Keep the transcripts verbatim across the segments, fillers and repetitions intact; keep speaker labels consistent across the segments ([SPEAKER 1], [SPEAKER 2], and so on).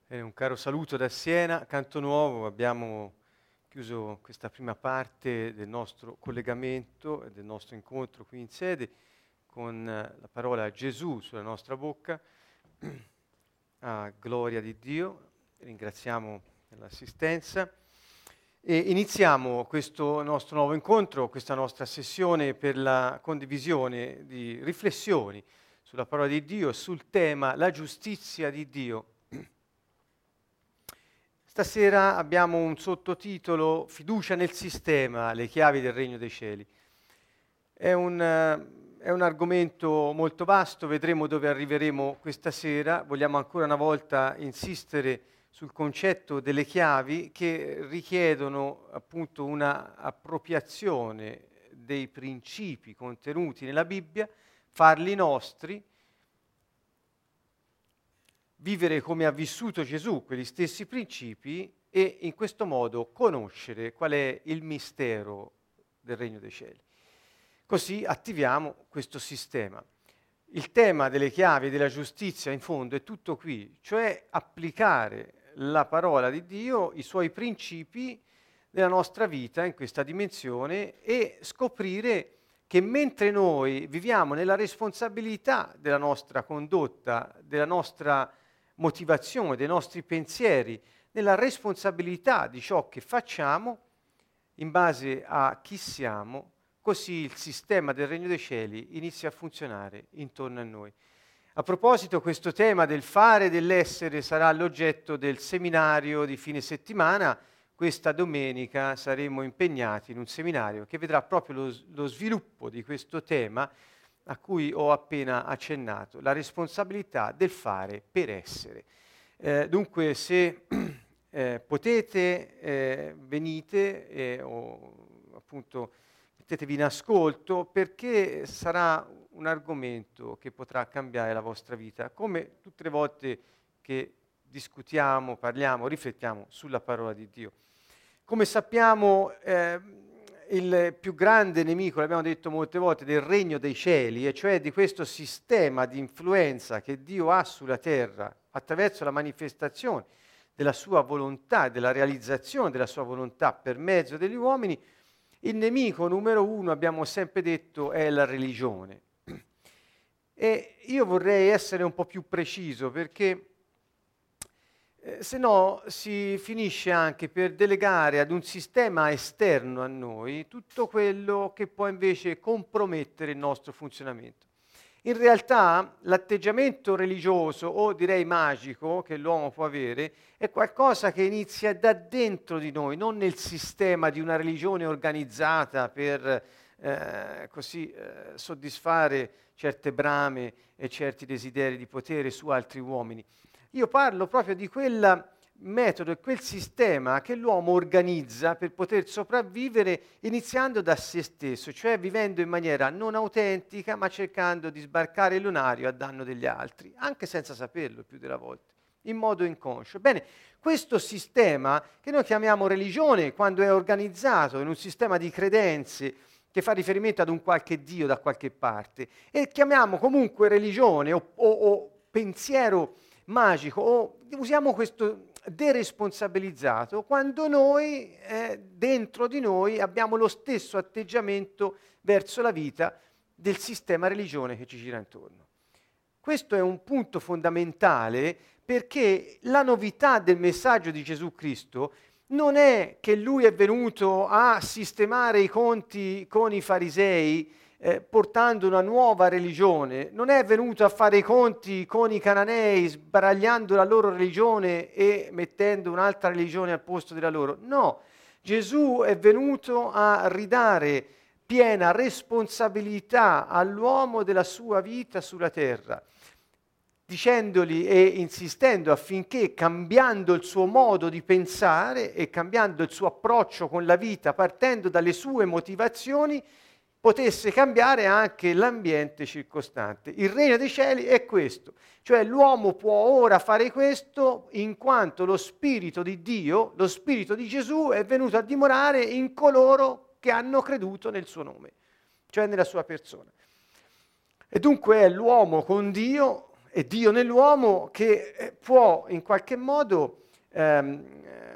[SPEAKER 1] Eh, un caro saluto da Siena, Canto Nuovo. Abbiamo chiuso questa prima parte del nostro collegamento e del nostro incontro qui in sede con eh, la parola Gesù sulla nostra bocca, a gloria di Dio. Ringraziamo per l'assistenza e iniziamo questo nostro nuovo incontro, questa nostra sessione per la condivisione di riflessioni sulla parola di Dio, sul tema la giustizia di Dio. Stasera abbiamo un sottotitolo Fiducia nel sistema, le chiavi del regno dei cieli. È un, eh, è un argomento molto vasto, vedremo dove arriveremo questa sera. Vogliamo ancora una volta insistere sul concetto delle chiavi che richiedono appunto una appropriazione dei principi contenuti nella Bibbia, farli nostri, vivere come ha vissuto Gesù quegli stessi principi e in questo modo conoscere qual è il mistero del Regno dei Cieli. Così attiviamo questo sistema. Il tema delle chiavi della giustizia in fondo è tutto qui, cioè applicare la parola di Dio, i suoi principi nella nostra vita in questa dimensione e scoprire che mentre noi viviamo nella responsabilità della nostra condotta, della nostra motivazione, dei nostri pensieri, nella responsabilità di ciò che facciamo, in base a chi siamo, così il sistema del Regno dei Cieli inizia a funzionare intorno a noi. A proposito, questo tema del fare e dell'essere sarà l'oggetto del seminario di fine settimana. Questa domenica saremo impegnati in un seminario che vedrà proprio lo, lo sviluppo di questo tema a cui ho appena accennato, la responsabilità del fare per essere. Eh, dunque, se eh, potete, eh, venite eh, o appunto mettetevi in ascolto, perché sarà un argomento che potrà cambiare la vostra vita, come tutte le volte che discutiamo, parliamo, riflettiamo sulla parola di Dio. Come sappiamo, eh, il più grande nemico, l'abbiamo detto molte volte, del regno dei cieli, e cioè di questo sistema di influenza che Dio ha sulla terra attraverso la manifestazione della sua volontà, della realizzazione della sua volontà per mezzo degli uomini, il nemico numero uno, abbiamo sempre detto, è la religione. E io vorrei essere un po' più preciso, perché Eh, se no si finisce anche per delegare ad un sistema esterno a noi tutto quello che può invece compromettere il nostro funzionamento. In realtà l'atteggiamento religioso, o direi magico, che l'uomo può avere, è qualcosa che inizia da dentro di noi, non nel sistema di una religione organizzata per eh, così eh, soddisfare certe brame e certi desideri di potere su altri uomini. Io parlo proprio di quel metodo e quel sistema che l'uomo organizza per poter sopravvivere iniziando da se stesso, cioè vivendo in maniera non autentica, ma cercando di sbarcare il lunario a danno degli altri, anche senza saperlo più delle volte, in modo inconscio. Bene, questo sistema, che noi chiamiamo religione, quando è organizzato in un sistema di credenze che fa riferimento ad un qualche Dio da qualche parte, e chiamiamo comunque religione o, o, o pensiero magico, o usiamo questo deresponsabilizzato quando noi eh, dentro di noi abbiamo lo stesso atteggiamento verso la vita del sistema religione che ci gira intorno. Questo è un punto fondamentale, perché la novità del messaggio di Gesù Cristo non è che lui è venuto a sistemare i conti con i farisei Eh, portando una nuova religione, non è venuto a fare i conti con i cananei sbaragliando la loro religione e mettendo un'altra religione al posto della loro. No, Gesù è venuto a ridare piena responsabilità all'uomo della sua vita sulla terra, dicendogli e insistendo affinché, cambiando il suo modo di pensare e cambiando il suo approccio con la vita, partendo dalle sue motivazioni, potesse cambiare anche l'ambiente circostante. Il regno dei cieli è questo, cioè l'uomo può ora fare questo in quanto lo Spirito di Dio, lo Spirito di Gesù è venuto a dimorare in coloro che hanno creduto nel suo nome, cioè nella sua persona. E dunque è l'uomo con Dio è Dio nell'uomo che può in qualche modo ehm,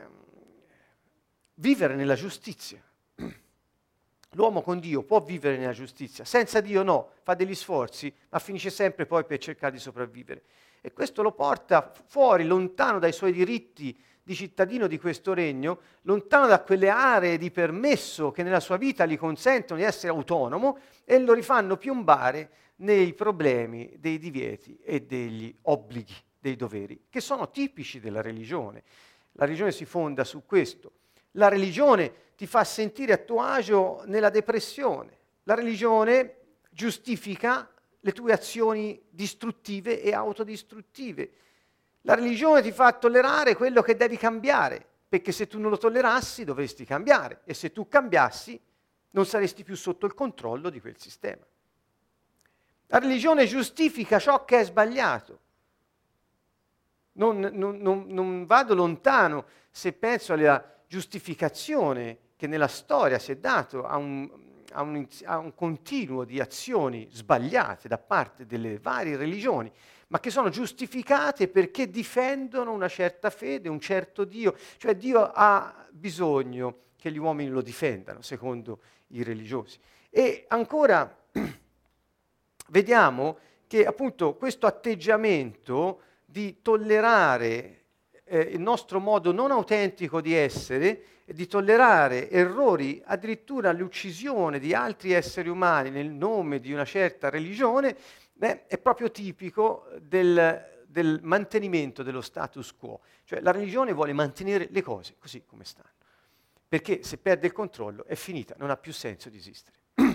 [SPEAKER 1] vivere nella giustizia. L'uomo con Dio può vivere nella giustizia, senza Dio no, fa degli sforzi, ma finisce sempre poi per cercare di sopravvivere. E questo lo porta fuori, lontano dai suoi diritti di cittadino di questo regno, lontano da quelle aree di permesso che nella sua vita gli consentono di essere autonomo e lo rifanno piombare nei problemi dei divieti e degli obblighi, dei doveri, che sono tipici della religione. La religione si fonda su questo. La religione ti fa sentire a tuo agio nella depressione. La religione giustifica le tue azioni distruttive e autodistruttive. La religione ti fa tollerare quello che devi cambiare, perché se tu non lo tollerassi dovresti cambiare e se tu cambiassi non saresti più sotto il controllo di quel sistema. La religione giustifica ciò che è sbagliato. Non, non, non, non vado lontano se penso alla giustificazione che nella storia si è dato a un, a, un, a un continuo di azioni sbagliate da parte delle varie religioni, ma che sono giustificate perché difendono una certa fede, un certo Dio. Cioè Dio ha bisogno che gli uomini lo difendano, secondo i religiosi. E ancora vediamo che appunto questo atteggiamento di tollerare eh, il nostro modo non autentico di essere, e di tollerare errori, addirittura l'uccisione di altri esseri umani nel nome di una certa religione, beh, è proprio tipico del, del mantenimento dello status quo. Cioè la religione vuole mantenere le cose così come stanno, perché se perde il controllo è finita, non ha più senso di esistere.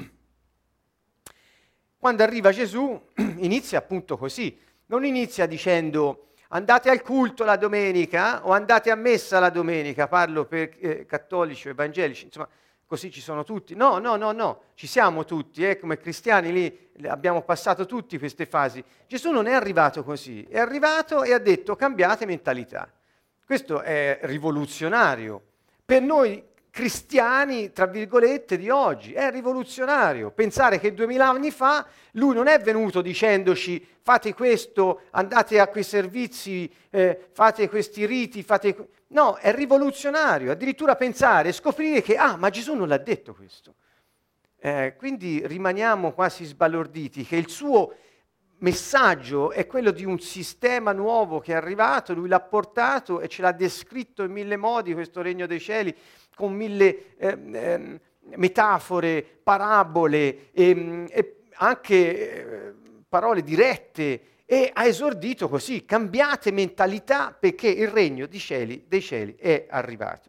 [SPEAKER 1] Quando arriva Gesù inizia appunto così, non inizia dicendo andate al culto la domenica o andate a messa la domenica, parlo per eh, cattolici o evangelici, insomma così ci sono tutti. No, no, no, no, ci siamo tutti, eh, come cristiani lì abbiamo passato tutti queste fasi. Gesù non è arrivato così, è arrivato e ha detto cambiate mentalità. Questo è rivoluzionario. Per noi cristiani, tra virgolette, di oggi, è rivoluzionario. Pensare che duemila anni fa lui non è venuto dicendoci fate questo, andate a quei servizi, eh, fate questi riti, fate... No, è rivoluzionario. Addirittura pensare e scoprire che, ah, ma Gesù non l'ha detto questo. Eh, quindi rimaniamo quasi sbalorditi, che il suo messaggio è quello di un sistema nuovo che è arrivato, lui l'ha portato e ce l'ha descritto in mille modi, questo regno dei cieli, con mille eh, eh, metafore, parabole e, e anche eh, parole dirette, e ha esordito così, cambiate mentalità perché il regno dei cieli, dei cieli è arrivato.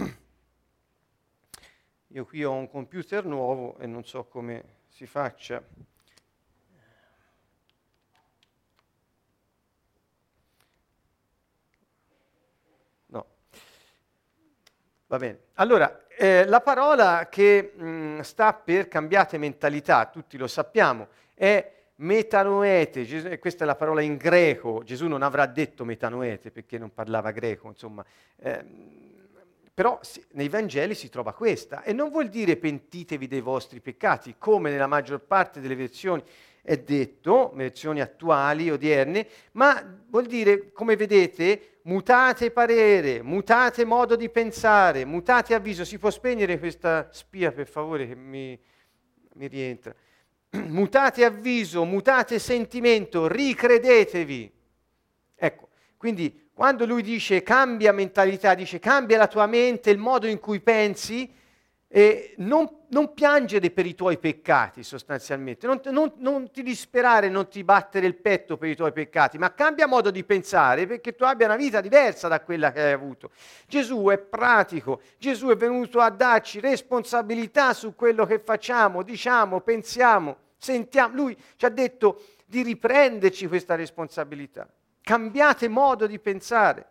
[SPEAKER 1] Io qui ho un computer nuovo e non so come si faccia. No. Va bene. Allora, eh, la parola che mh, sta per cambiate mentalità, tutti lo sappiamo, è metanoete. Gesù, questa è la parola in greco. Gesù non avrà detto metanoete perché non parlava greco, insomma. Eh, però sì, nei Vangeli si trova questa, e non vuol dire pentitevi dei vostri peccati, come nella maggior parte delle versioni è detto, versioni attuali, odierne, ma vuol dire, come vedete, mutate parere, mutate modo di pensare, mutate avviso. Si può spegnere questa spia, per favore, che mi, mi rientra. Mutate avviso, mutate sentimento, ricredetevi. Ecco, quindi quando lui dice cambia mentalità, dice cambia la tua mente, il modo in cui pensi, e non, non piangere per i tuoi peccati sostanzialmente, non, non, non ti disperare, non ti battere il petto per i tuoi peccati, ma cambia modo di pensare perché tu abbia una vita diversa da quella che hai avuto. Gesù è pratico, Gesù è venuto a darci responsabilità su quello che facciamo, diciamo, pensiamo, sentiamo. Lui ci ha detto di riprenderci questa responsabilità. Cambiate modo di pensare.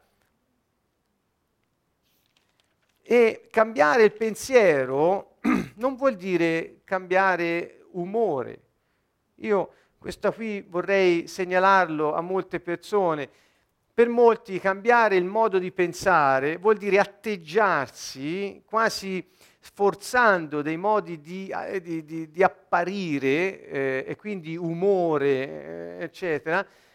[SPEAKER 1] E cambiare il pensiero non vuol dire cambiare umore. Io questo qui vorrei segnalarlo a molte persone. Per molti cambiare il modo di pensare vuol dire atteggiarsi quasi sforzando dei modi di, eh, di, di, di apparire eh, e quindi umore, eh, eccetera,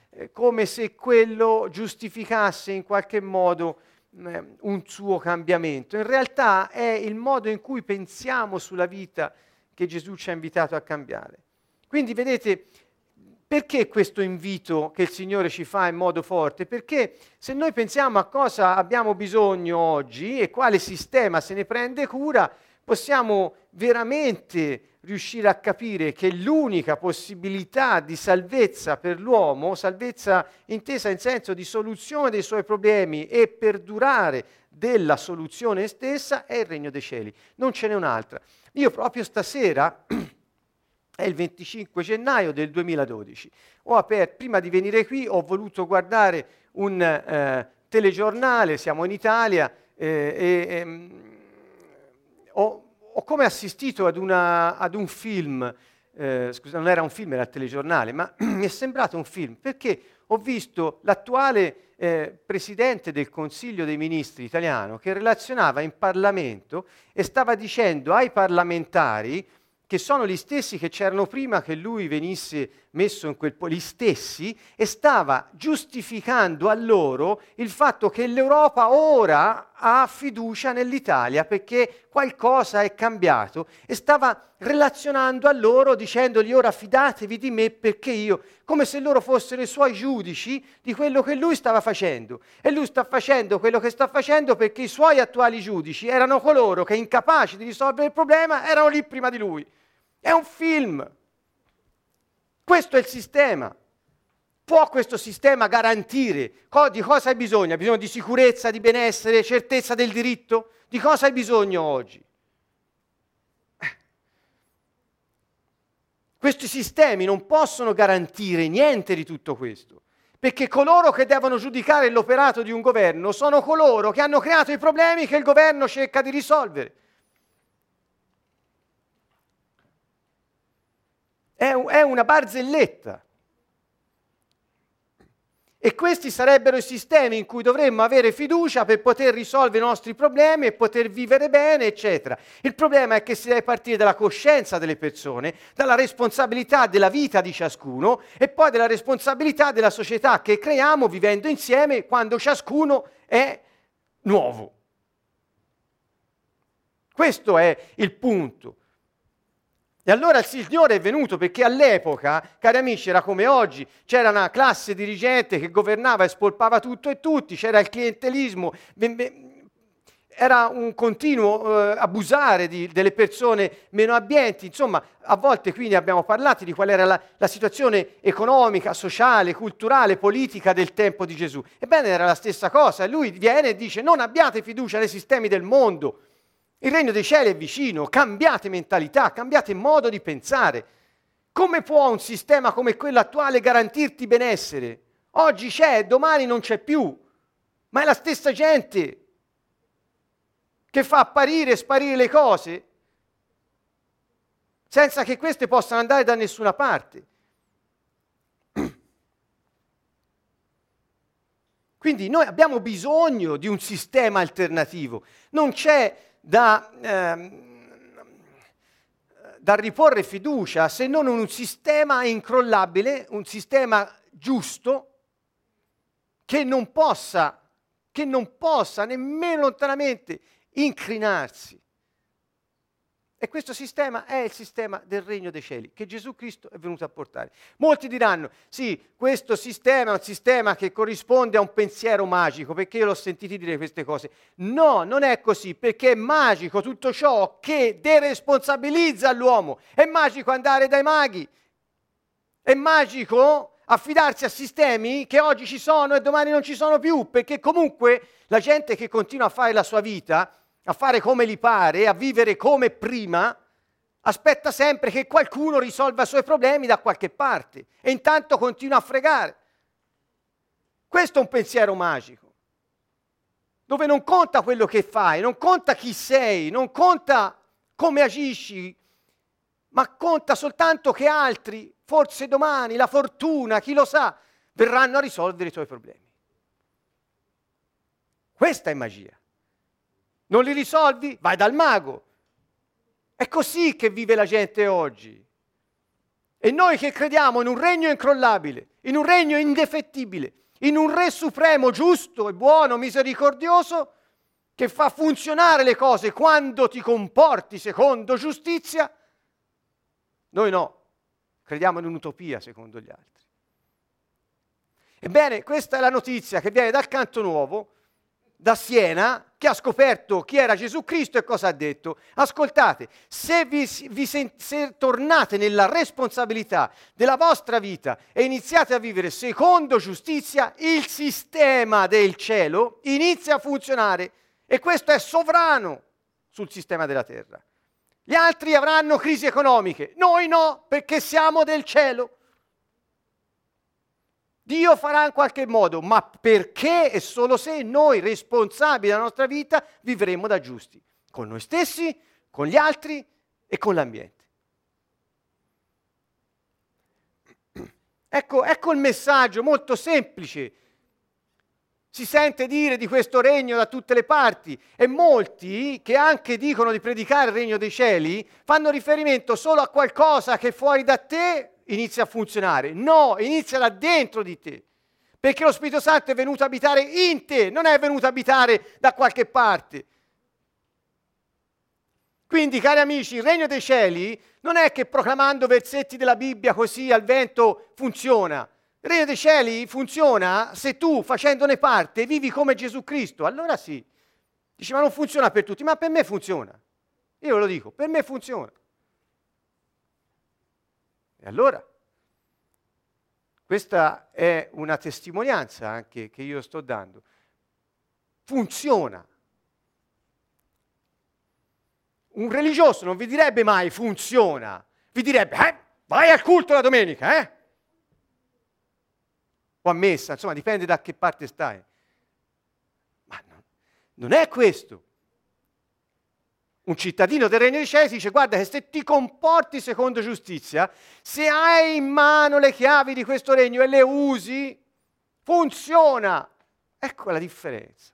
[SPEAKER 1] eh, come se quello giustificasse in qualche modo eh, un suo cambiamento. In realtà è il modo in cui pensiamo sulla vita che Gesù ci ha invitato a cambiare. Quindi vedete, perché questo invito che il Signore ci fa in modo forte? Perché se noi pensiamo a cosa abbiamo bisogno oggi e quale sistema se ne prende cura, possiamo veramente riuscire a capire che l'unica possibilità di salvezza per l'uomo, salvezza intesa in senso di soluzione dei suoi problemi e perdurare della soluzione stessa, è il regno dei cieli. Non ce n'è un'altra. Io proprio stasera... È il venticinque gennaio del duemiladodici. Ho aperto, prima di venire qui ho voluto guardare un eh, telegiornale, siamo in Italia, eh, e, e ho, ho come assistito ad, una, ad un film, eh, scusa, non era un film, era il telegiornale, ma mi è sembrato un film, perché ho visto l'attuale eh, Presidente del Consiglio dei Ministri italiano che relazionava in Parlamento e stava dicendo ai parlamentari, che sono gli stessi che c'erano prima che lui venisse messo in quel posto, gli stessi, e stava giustificando a loro il fatto che l'Europa ora ha fiducia nell'Italia perché qualcosa è cambiato, e stava relazionando a loro dicendogli: ora fidatevi di me perché io, come se loro fossero i suoi giudici di quello che lui stava facendo, e lui sta facendo quello che sta facendo perché i suoi attuali giudici erano coloro che, incapaci di risolvere il problema, erano lì prima di lui. È un film. Questo è il sistema. Può questo sistema garantire? Co- di cosa hai bisogno? Hai bisogno di sicurezza, di benessere, certezza del diritto? Di cosa hai bisogno oggi? Eh. Questi sistemi non possono garantire niente di tutto questo, perché coloro che devono giudicare l'operato di un governo sono coloro che hanno creato i problemi che il governo cerca di risolvere. È una barzelletta. E questi sarebbero i sistemi in cui dovremmo avere fiducia per poter risolvere i nostri problemi e poter vivere bene, eccetera. Il problema è che si deve partire dalla coscienza delle persone, dalla responsabilità della vita di ciascuno e poi dalla responsabilità della società che creiamo vivendo insieme quando ciascuno è nuovo. Questo è il punto. E allora il Signore è venuto perché all'epoca, cari amici, era come oggi, c'era una classe dirigente che governava e spolpava tutto e tutti, c'era il clientelismo, era un continuo eh, abusare di, delle persone meno abbienti, insomma, a volte qui ne abbiamo parlato di qual era la, la situazione economica, sociale, culturale, politica del tempo di Gesù. Ebbene, era la stessa cosa, lui viene e dice: non abbiate fiducia nei sistemi del mondo. Il regno dei cieli è vicino, cambiate mentalità, cambiate modo di pensare. Come può un sistema come quello attuale garantirti benessere? Oggi c'è, domani non c'è più, ma è la stessa gente che fa apparire e sparire le cose senza che queste possano andare da nessuna parte. Quindi noi abbiamo bisogno di un sistema alternativo, non c'è Da, ehm, da riporre fiducia se non un sistema incrollabile, un sistema giusto che non possa, che non possa nemmeno lontanamente incrinarsi. E questo sistema è il sistema del regno dei cieli che Gesù Cristo è venuto a portare. Molti diranno: sì, questo sistema è un sistema che corrisponde a un pensiero magico, perché io l'ho sentito dire queste cose. No, non è così, perché è magico tutto ciò che deresponsabilizza l'uomo. È magico andare dai maghi. È magico affidarsi a sistemi che oggi ci sono e domani non ci sono più, perché comunque la gente che continua a fare la sua vita, a fare come gli pare, a vivere come prima, aspetta sempre che qualcuno risolva i suoi problemi da qualche parte e intanto continua a fregare. Questo è un pensiero magico, dove non conta quello che fai, non conta chi sei, non conta come agisci, ma conta soltanto che altri, forse domani, la fortuna, chi lo sa, verranno a risolvere i tuoi problemi. Questa è magia. Non li risolvi? Vai dal mago. È così che vive la gente oggi. E noi che crediamo in un regno incrollabile, in un regno indefettibile, in un Re supremo, giusto e buono, misericordioso, che fa funzionare le cose quando ti comporti secondo giustizia, noi no, crediamo in un'utopia secondo gli altri. Ebbene, questa è la notizia che viene dal Canto Nuovo, da Siena, che ha scoperto chi era Gesù Cristo e cosa ha detto. Ascoltate, se, vi, vi sen- se tornate nella responsabilità della vostra vita e iniziate a vivere secondo giustizia, il sistema del cielo inizia a funzionare e questo è sovrano sul sistema della terra. Gli altri avranno crisi economiche, noi no, perché siamo del cielo. Dio farà in qualche modo, ma perché e solo se noi responsabili della nostra vita vivremo da giusti, con noi stessi, con gli altri e con l'ambiente. Ecco, ecco il messaggio molto semplice. Si sente dire di questo regno da tutte le parti e molti che anche dicono di predicare il regno dei cieli fanno riferimento solo a qualcosa che fuori da te inizia a funzionare. No, inizia da dentro di te, perché lo Spirito Santo è venuto a abitare in te, non è venuto a abitare da qualche parte. Quindi, cari amici, il regno dei cieli non è che proclamando versetti della Bibbia così al vento funziona. Il regno dei cieli funziona se tu, facendone parte, vivi come Gesù Cristo. Allora sì. Dici, ma non funziona per tutti, ma per me funziona. Io ve lo dico, per me funziona. E allora, questa è una testimonianza anche che io sto dando. Funziona. Un religioso non vi direbbe mai funziona, vi direbbe, eh, vai al culto la domenica, eh? O a messa, insomma, dipende da che parte stai. Ma no, non è questo. Un cittadino del Regno dei Cieli dice, guarda che se ti comporti secondo giustizia, se hai in mano le chiavi di questo regno e le usi, funziona. Ecco la differenza.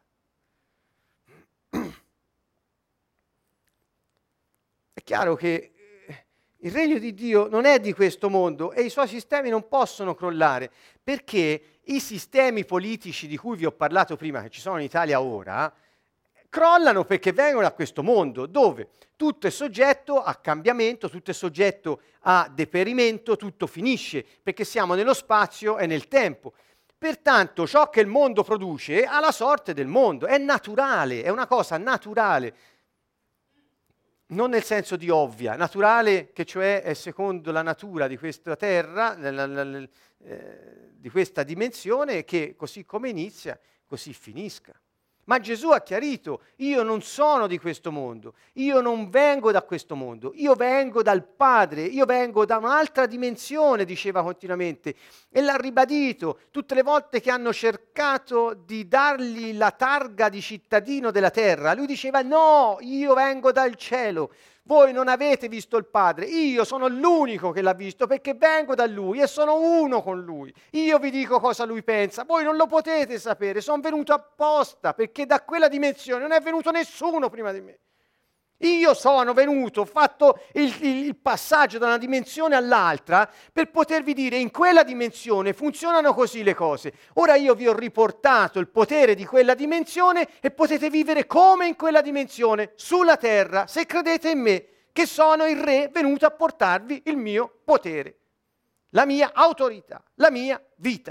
[SPEAKER 1] È chiaro che il regno di Dio non è di questo mondo e i suoi sistemi non possono crollare, perché i sistemi politici di cui vi ho parlato prima, che ci sono in Italia ora, crollano perché vengono da questo mondo, dove tutto è soggetto a cambiamento, tutto è soggetto a deperimento, tutto finisce, perché siamo nello spazio e nel tempo. Pertanto ciò che il mondo produce ha la sorte del mondo, è naturale, è una cosa naturale. Non nel senso di ovvia, naturale che cioè è secondo la natura di questa terra, la, la, la, eh, di questa dimensione, che così come inizia, così finisca. Ma Gesù ha chiarito, io non sono di questo mondo, io non vengo da questo mondo, io vengo dal Padre, io vengo da un'altra dimensione, diceva continuamente, e l'ha ribadito tutte le volte che hanno cercato di dargli la targa di cittadino della terra. Lui diceva, no, io vengo dal cielo. Voi non avete visto il Padre, io sono l'unico che l'ha visto perché vengo da Lui e sono uno con Lui. Io vi dico cosa Lui pensa, voi non lo potete sapere, sono venuto apposta perché da quella dimensione non è venuto nessuno prima di me. Io sono venuto, ho fatto il, il, il passaggio da una dimensione all'altra per potervi dire in quella dimensione funzionano così le cose. Ora io vi ho riportato il potere di quella dimensione e potete vivere come in quella dimensione sulla terra se credete in me, che sono il Re venuto a portarvi il mio potere, la mia autorità, la mia vita.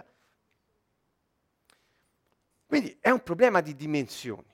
[SPEAKER 1] Quindi è un problema di dimensioni.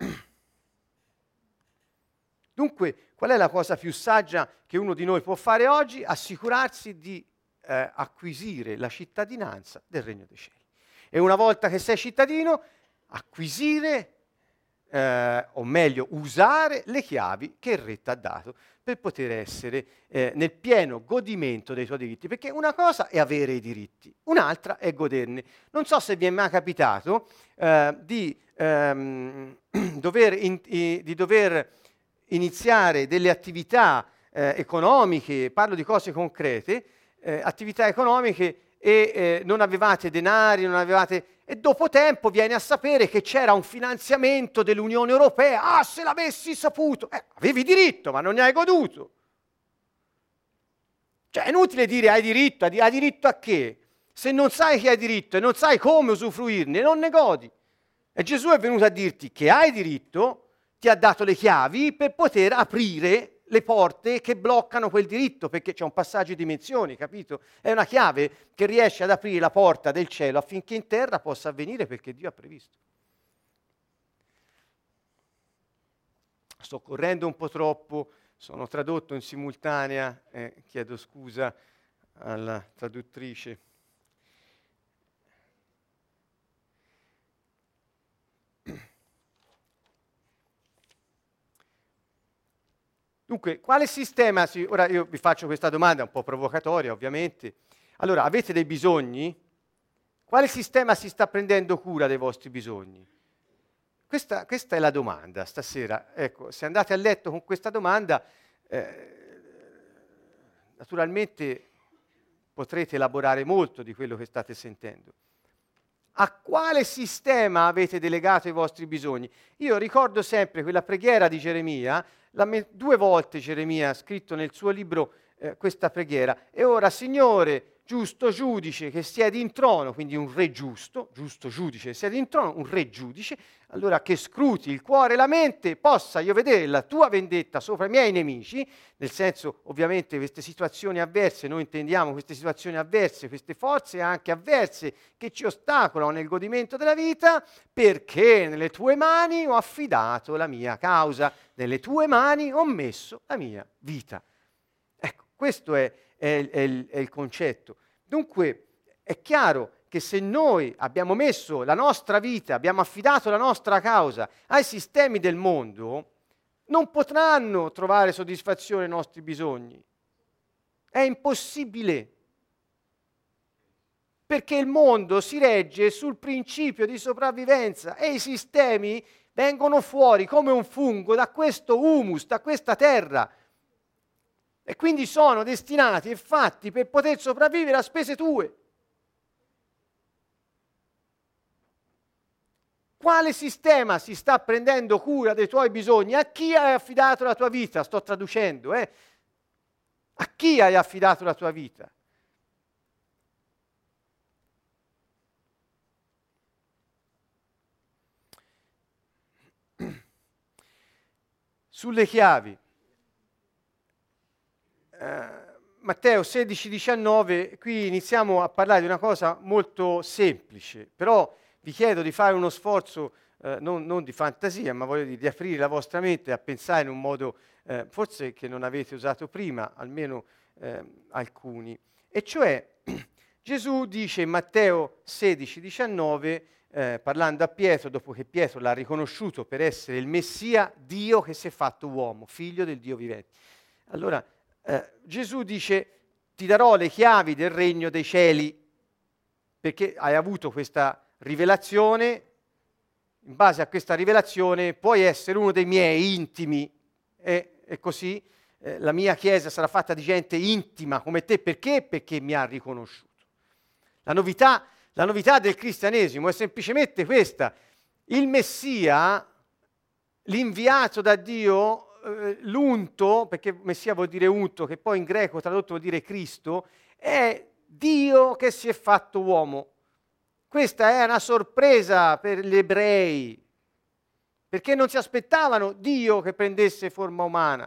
[SPEAKER 1] Dunque, qual è la cosa più saggia che uno di noi può fare oggi? Assicurarsi di eh, acquisire la cittadinanza del Regno dei Cieli. E una volta che sei cittadino, acquisire, eh, o meglio, usare le chiavi che il Re ti ha dato per poter essere eh, nel pieno godimento dei tuoi diritti. Perché una cosa è avere i diritti, un'altra è goderne. Non so se vi è mai capitato eh, di, ehm, dover in, i, di dover... iniziare delle attività eh, economiche, parlo di cose concrete, eh, attività economiche e eh, non avevate denari, non avevate... e dopo tempo viene a sapere che c'era un finanziamento dell'Unione Europea. Ah, se l'avessi saputo! Eh, avevi diritto, ma non ne hai goduto. Cioè è inutile dire hai diritto, hai diritto a che? Se non sai che hai diritto e non sai come usufruirne, non ne godi. E Gesù è venuto a dirti che hai diritto, ti ha dato le chiavi per poter aprire le porte che bloccano quel diritto, perché c'è un passaggio di dimensioni, capito? È una chiave che riesce ad aprire la porta del cielo affinché in terra possa avvenire perché Dio ha previsto. Sto correndo un po' troppo, sono tradotto in simultanea, eh, chiedo scusa alla traduttrice. Dunque, quale sistema, si, ora io vi faccio questa domanda un po' provocatoria ovviamente, allora avete dei bisogni? Quale sistema si sta prendendo cura dei vostri bisogni? Questa, questa è la domanda stasera, ecco, se andate a letto con questa domanda, eh, naturalmente potrete elaborare molto di quello che state sentendo. A quale sistema avete delegato i vostri bisogni? Io ricordo sempre quella preghiera di Geremia, la me- due volte Geremia ha scritto nel suo libro eh, questa preghiera. E ora, Signore, giusto giudice che siedi in trono, quindi un re giusto, giusto giudice che siedi in trono, un re giudice, allora che scruti il cuore e la mente, possa io vedere la tua vendetta sopra i miei nemici, nel senso ovviamente queste situazioni avverse, noi intendiamo queste situazioni avverse, queste forze anche avverse che ci ostacolano nel godimento della vita, perché nelle tue mani ho affidato la mia causa, nelle tue mani ho messo la mia vita. Ecco, questo è, è, è, il, è il concetto. Dunque è chiaro che se noi abbiamo messo la nostra vita, abbiamo affidato la nostra causa ai sistemi del mondo, non potranno trovare soddisfazione i nostri bisogni. È impossibile. Perché il mondo si regge sul principio di sopravvivenza e i sistemi vengono fuori come un fungo da questo humus, da questa terra. E quindi sono destinati e fatti per poter sopravvivere a spese tue. Quale sistema si sta prendendo cura dei tuoi bisogni? A chi hai affidato la tua vita? Sto traducendo, eh? A chi hai affidato la tua vita? Sulle chiavi. Eh, Matteo sedici diciannove, qui iniziamo a parlare di una cosa molto semplice, però vi chiedo di fare uno sforzo eh, non, non di fantasia, ma voglio dire di aprire la vostra mente a pensare in un modo eh, forse che non avete usato prima, almeno eh, alcuni. E cioè Gesù dice in Matteo sedici diciannove, eh, parlando a Pietro, dopo che Pietro l'ha riconosciuto per essere il Messia, Dio che si è fatto uomo, figlio del Dio vivente. Allora eh, Gesù dice: ti darò le chiavi del regno dei cieli, perché hai avuto questa rivelazione, in base a questa rivelazione puoi essere uno dei miei intimi e, e così eh, la mia chiesa sarà fatta di gente intima come te. Perché? Perché mi ha riconosciuto. La novità, la novità del cristianesimo è semplicemente questa: il Messia, l'inviato da Dio, eh, l'unto, perché Messia vuol dire unto, che poi in greco tradotto vuol dire Cristo, è Dio che si è fatto uomo. Questa è una sorpresa per gli ebrei, perché non si aspettavano Dio che prendesse forma umana.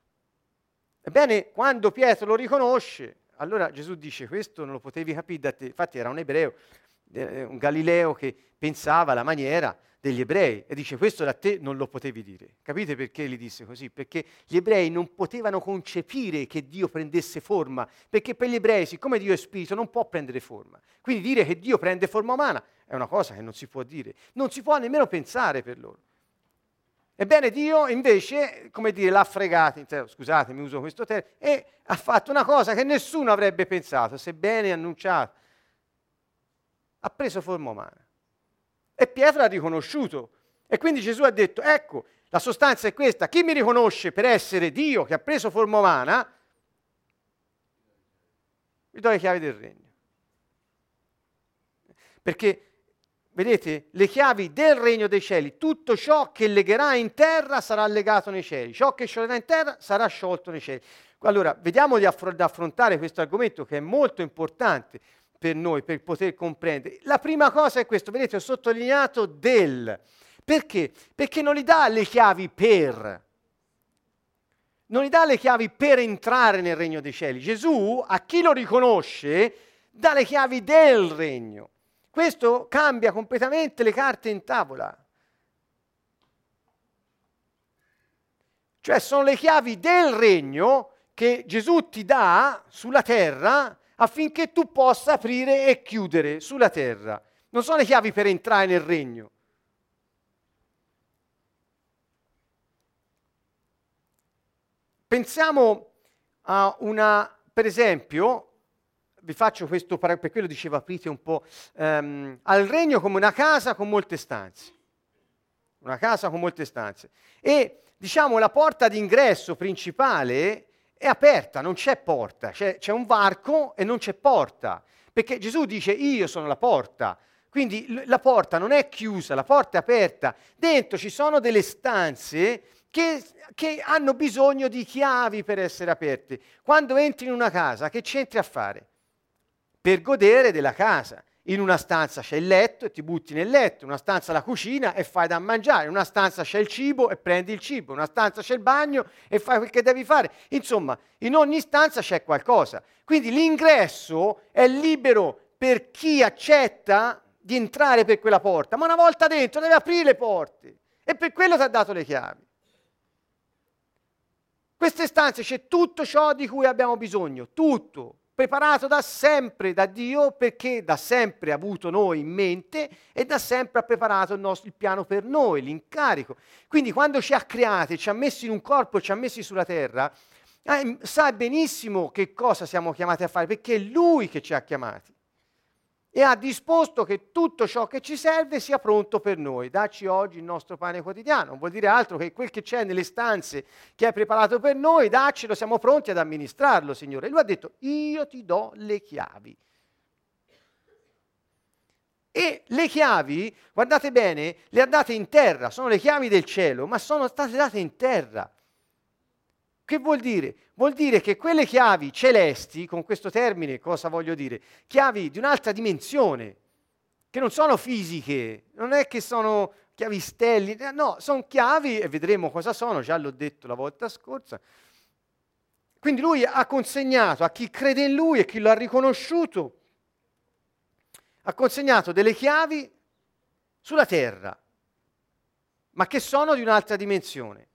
[SPEAKER 1] Ebbene, quando Pietro lo riconosce, allora Gesù dice: questo non lo potevi capire da te. Infatti era un ebreo, un Galileo che pensava alla maniera degli ebrei e dice: questo da te non lo potevi dire. Capite perché gli disse così? Perché gli ebrei non potevano concepire che Dio prendesse forma, perché per gli ebrei, siccome Dio è spirito, non può prendere forma. Quindi dire che Dio prende forma umana è una cosa che non si può dire, non si può nemmeno pensare per loro. Ebbene Dio invece, come dire, l'ha fregata, scusatemi, uso questo termine, e ha fatto una cosa che nessuno avrebbe pensato, sebbene annunciata. Ha preso forma umana. E Pietro l'ha riconosciuto. E quindi Gesù ha detto: ecco, la sostanza è questa, chi mi riconosce per essere Dio che ha preso forma umana, vi do le chiavi del regno. Perché, vedete, le chiavi del regno dei cieli, tutto ciò che legherà in terra sarà legato nei cieli, ciò che scioglierà in terra sarà sciolto nei cieli. Allora, vediamo di affr- affrontare questo argomento che è molto importante per noi, per poter comprendere. La prima cosa è questo, vedete, ho sottolineato del. Perché? Perché non gli dà le chiavi per. Non gli dà le chiavi per entrare nel regno dei cieli. Gesù, a chi lo riconosce, dà le chiavi del regno. Questo cambia completamente le carte in tavola. Cioè sono le chiavi del regno che Gesù ti dà sulla terra affinché tu possa aprire e chiudere sulla terra. Non sono le chiavi per entrare nel regno. Pensiamo a una, per esempio, vi faccio questo, per quello diceva aprite un po', ehm, al regno come una casa con molte stanze. Una casa con molte stanze. E diciamo la porta d'ingresso principale è aperta, non c'è porta, c'è, c'è un varco e non c'è porta, perché Gesù dice io sono la porta, quindi l- la porta non è chiusa, la porta è aperta, dentro ci sono delle stanze che, che hanno bisogno di chiavi per essere aperte. Quando entri in una casa, che c'entri a fare? Per godere della casa. In una stanza c'è il letto e ti butti nel letto, in una stanza la cucina e fai da mangiare, in una stanza c'è il cibo e prendi il cibo, in una stanza c'è il bagno e fai quel che devi fare. Insomma, in ogni stanza c'è qualcosa. Quindi l'ingresso è libero per chi accetta di entrare per quella porta, ma una volta dentro deve aprire le porte e per quello ti ha dato le chiavi. Queste stanze c'è tutto ciò di cui abbiamo bisogno, tutto. Preparato da sempre da Dio perché da sempre ha avuto noi in mente e da sempre ha preparato il, nostro, il piano per noi, l'incarico. Quindi quando ci ha creati, ci ha messi in un corpo, ci ha messi sulla terra, eh, sa benissimo che cosa siamo chiamati a fare perché è Lui che ci ha chiamati e ha disposto che tutto ciò che ci serve sia pronto per noi. Dacci oggi il nostro pane quotidiano, non vuol dire altro che quel che c'è nelle stanze che hai preparato per noi, daccelo, siamo pronti ad amministrarlo, Signore. E Lui ha detto, io ti do le chiavi. E le chiavi, guardate bene, le ha date in terra, sono le chiavi del cielo, ma sono state date in terra. Che vuol dire? Vuol dire che quelle chiavi celesti, con questo termine cosa voglio dire? Chiavi di un'altra dimensione, che non sono fisiche, non è che sono chiavi stelli, no, sono chiavi, e vedremo cosa sono, già l'ho detto la volta scorsa. Quindi lui ha consegnato a chi crede in lui e chi lo ha riconosciuto, ha consegnato delle chiavi sulla terra, ma che sono di un'altra dimensione.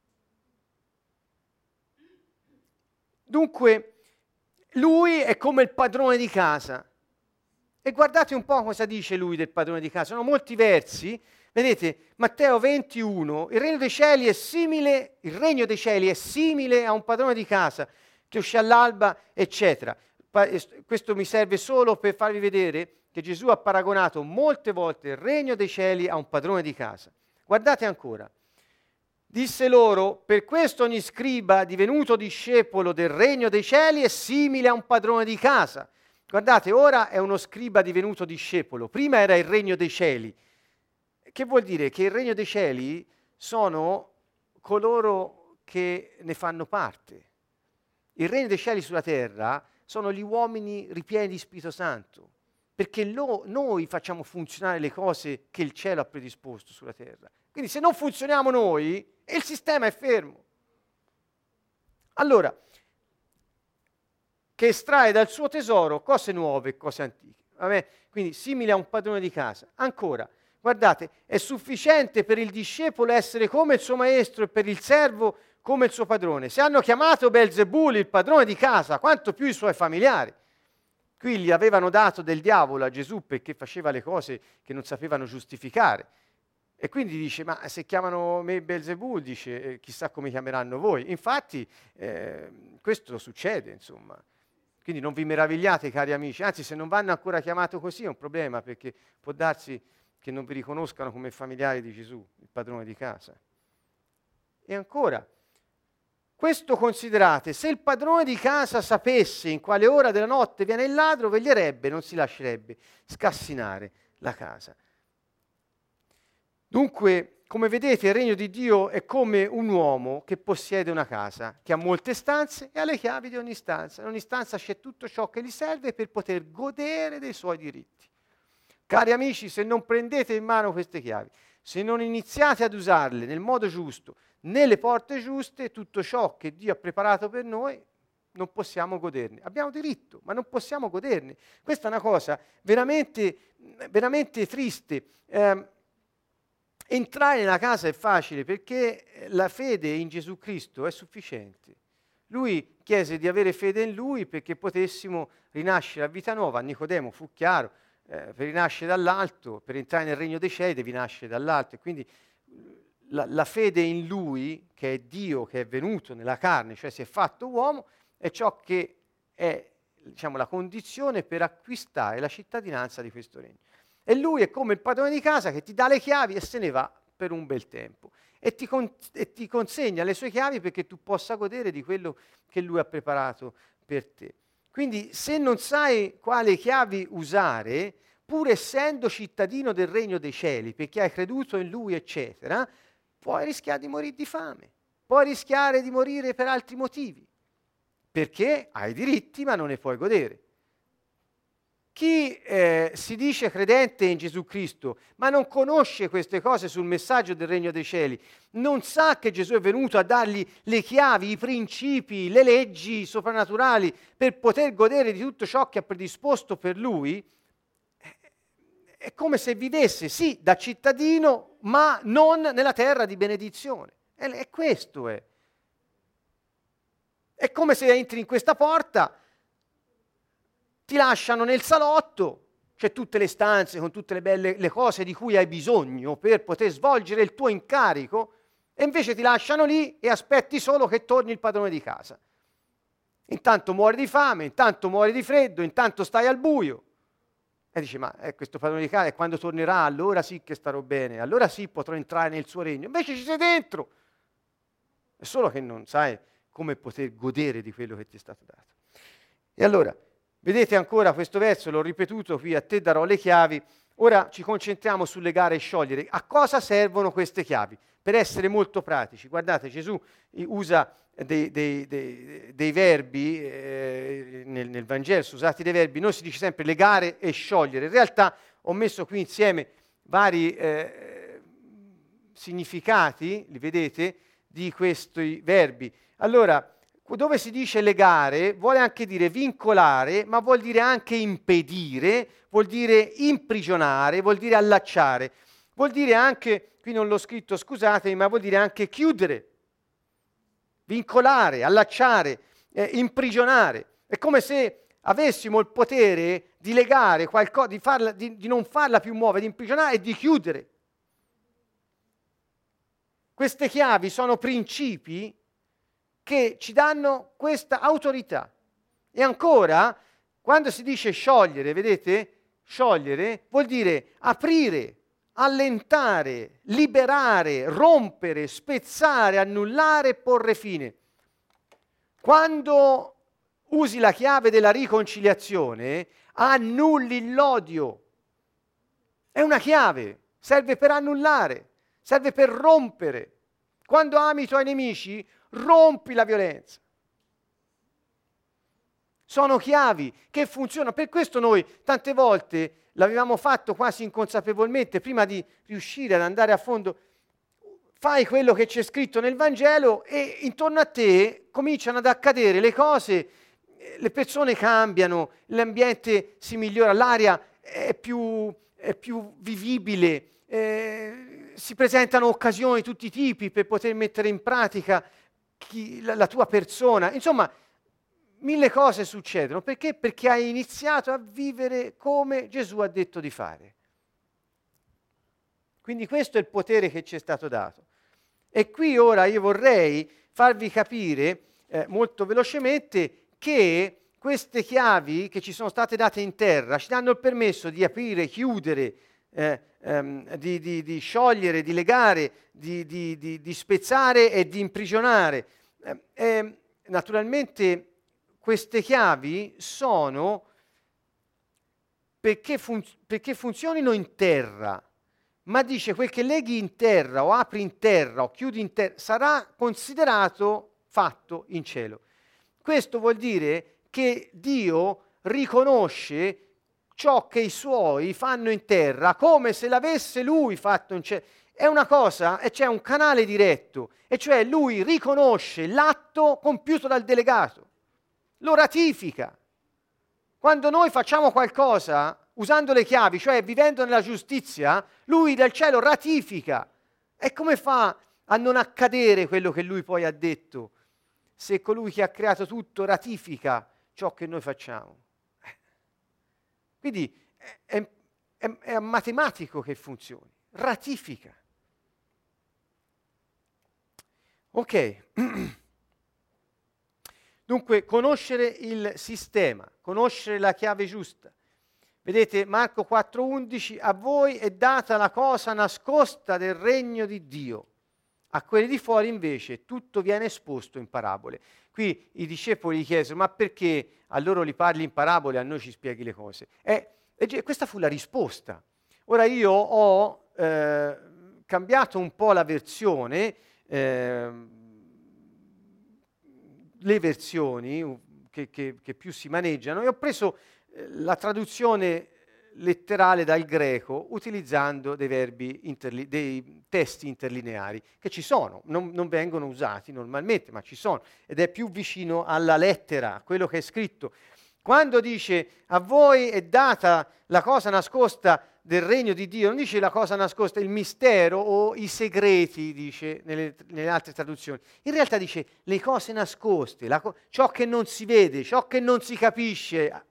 [SPEAKER 1] Dunque, lui è come il padrone di casa. E guardate un po' cosa dice lui del padrone di casa. Sono molti versi. Vedete, Matteo ventuno, il regno dei cieli è simile, il regno dei cieli è simile a un padrone di casa che uscì all'alba, eccetera. Questo mi serve solo per farvi vedere che Gesù ha paragonato molte volte il regno dei cieli a un padrone di casa. Guardate ancora. Disse loro, per questo ogni scriba divenuto discepolo del regno dei cieli è simile a un padrone di casa. Guardate, ora è uno scriba divenuto discepolo, prima era il regno dei cieli. Che vuol dire? Che il regno dei cieli sono coloro che ne fanno parte. Il regno dei cieli sulla terra sono gli uomini ripieni di Spirito Santo, perché lo, noi facciamo funzionare le cose che il cielo ha predisposto sulla terra. Quindi se non funzioniamo noi, il sistema è fermo. Allora, che estrae dal suo tesoro cose nuove e cose antiche. Vabbè? Quindi simile a un padrone di casa. Ancora, guardate, è sufficiente per il discepolo essere come il suo maestro e per il servo come il suo padrone. Se hanno chiamato Belzebul il padrone di casa, quanto più i suoi familiari. Qui gli avevano dato del diavolo a Gesù perché faceva le cose che non sapevano giustificare. E quindi dice, ma se chiamano me Belzebul, dice, eh, chissà come chiameranno voi. Infatti, eh, questo succede, insomma. Quindi non vi meravigliate, cari amici. Anzi, se non vanno ancora chiamato così è un problema, perché può darsi che non vi riconoscano come familiari di Gesù, il padrone di casa. E ancora, questo considerate, se il padrone di casa sapesse in quale ora della notte viene il ladro, veglierebbe, non si lascerebbe scassinare la casa. Dunque, come vedete, il regno di Dio è come un uomo che possiede una casa, che ha molte stanze e ha le chiavi di ogni stanza. In ogni stanza c'è tutto ciò che gli serve per poter godere dei suoi diritti. Cari amici, se non prendete in mano queste chiavi, se non iniziate ad usarle nel modo giusto, nelle porte giuste, tutto ciò che Dio ha preparato per noi, non possiamo goderne. Abbiamo diritto, ma non possiamo goderne. Questa è una cosa veramente, veramente triste. Eh, entrare nella casa è facile perché la fede in Gesù Cristo è sufficiente. Lui chiese di avere fede in Lui perché potessimo rinascere a vita nuova. A Nicodemo fu chiaro, eh, per rinascere dall'alto, per entrare nel regno dei cieli devi nascere dall'alto. E quindi la, la fede in Lui, che è Dio, che è venuto nella carne, cioè si è fatto uomo, è ciò che è, diciamo, la condizione per acquistare la cittadinanza di questo regno. E lui è come il padrone di casa che ti dà le chiavi e se ne va per un bel tempo. E ti, con- e ti consegna le sue chiavi perché tu possa godere di quello che lui ha preparato per te. Quindi se non sai quali chiavi usare, pur essendo cittadino del regno dei cieli, perché hai creduto in lui, eccetera, puoi rischiare di morire di fame, puoi rischiare di morire per altri motivi. Perché hai diritti ma non ne puoi godere. Chi eh, si dice credente in Gesù Cristo ma non conosce queste cose sul messaggio del regno dei cieli, non sa che Gesù è venuto a dargli le chiavi, i principi, le leggi soprannaturali per poter godere di tutto ciò che ha predisposto per lui, è come se vivesse sì da cittadino ma non nella terra di benedizione. E, e questo è. È come se entri in questa porta, ti lasciano nel salotto, c'è tutte le stanze con tutte le belle le cose di cui hai bisogno per poter svolgere il tuo incarico, e invece ti lasciano lì e aspetti solo che torni il padrone di casa. Intanto muori di fame, intanto muori di freddo, intanto stai al buio. E dici, ma eh, questo padrone di casa, e quando tornerà, allora sì che starò bene, allora sì potrò entrare nel suo regno. Invece ci sei dentro. È solo che non sai come poter godere di quello che ti è stato dato. E allora, vedete ancora questo verso, l'ho ripetuto qui, a te darò le chiavi. Ora ci concentriamo sul legare e sciogliere. A cosa servono queste chiavi? Per essere molto pratici. Guardate, Gesù usa dei, dei, dei, dei verbi, eh, nel, nel Vangelo sono usati dei verbi, noi si dice sempre legare e sciogliere. In realtà ho messo qui insieme vari eh, significati, li vedete, di questi verbi. Allora, dove si dice legare, vuole anche dire vincolare, ma vuol dire anche impedire, vuol dire imprigionare, vuol dire allacciare, vuol dire anche, qui non l'ho scritto, scusatemi, ma vuol dire anche chiudere, vincolare, allacciare, eh, imprigionare. È come se avessimo il potere di legare qualcosa, di, farla, di, di non farla più muovere, di imprigionare e di chiudere. Queste chiavi sono principi che ci danno questa autorità. E ancora, quando si dice sciogliere, vedete? Sciogliere vuol dire aprire, allentare, liberare, rompere, spezzare, annullare, porre fine. Quando usi la chiave della riconciliazione, annulli l'odio. È una chiave, serve per annullare, serve per rompere. Quando ami i tuoi nemici, rompi la violenza. Sono chiavi che funzionano. Per questo noi tante volte l'avevamo fatto quasi inconsapevolmente, prima di riuscire ad andare a fondo. Fai quello che c'è scritto nel Vangelo e intorno a te cominciano ad accadere le cose, le persone cambiano, l'ambiente si migliora, l'aria è più, è più vivibile, eh, si presentano occasioni di tutti i tipi per poter mettere in pratica chi, la, la tua persona. Insomma, mille cose succedono. Perché? Perché hai iniziato a vivere come Gesù ha detto di fare. Quindi questo è il potere che ci è stato dato. E qui ora io vorrei farvi capire eh, molto velocemente che queste chiavi che ci sono state date in terra ci danno il permesso di aprire, chiudere, eh, ehm, di, di, di sciogliere, di legare, di, di, di, di spezzare e di imprigionare. Eh, eh, naturalmente queste chiavi sono perché, fun- perché funzionino in terra, ma dice quel che leghi in terra o apri in terra o chiudi in terra sarà considerato fatto in cielo. Questo vuol dire che Dio riconosce ciò che i suoi fanno in terra come se l'avesse lui fatto in cielo. È una cosa, e c'è un canale diretto, e cioè lui riconosce l'atto compiuto dal delegato, lo ratifica. Quando noi facciamo qualcosa usando le chiavi, cioè vivendo nella giustizia, lui dal cielo ratifica. E come fa a non accadere quello che lui poi ha detto, se colui che ha creato tutto ratifica ciò che noi facciamo? Quindi è, è, è matematico che funzioni, ratifica. Ok. Dunque, conoscere il sistema, conoscere la chiave giusta. Vedete, Marco quattro undici, a voi è data la cosa nascosta del regno di Dio. A quelli di fuori invece tutto viene esposto in parabole. Qui i discepoli gli chiesero, ma perché a loro li parli in parabole e a noi ci spieghi le cose? E, e questa fu la risposta. Ora io ho eh, cambiato un po' la versione, eh, le versioni che, che, che più si maneggiano, e ho preso eh, la traduzione letterale dal greco utilizzando dei verbi interli- dei testi interlineari che ci sono, non, non vengono usati normalmente, ma ci sono, ed è più vicino alla lettera, a quello che è scritto. Quando dice a voi è data la cosa nascosta del regno di Dio, non dice la cosa nascosta, il mistero o i segreti, dice nelle, nelle altre traduzioni. In realtà dice le cose nascoste, la co- ciò che non si vede, ciò che non si capisce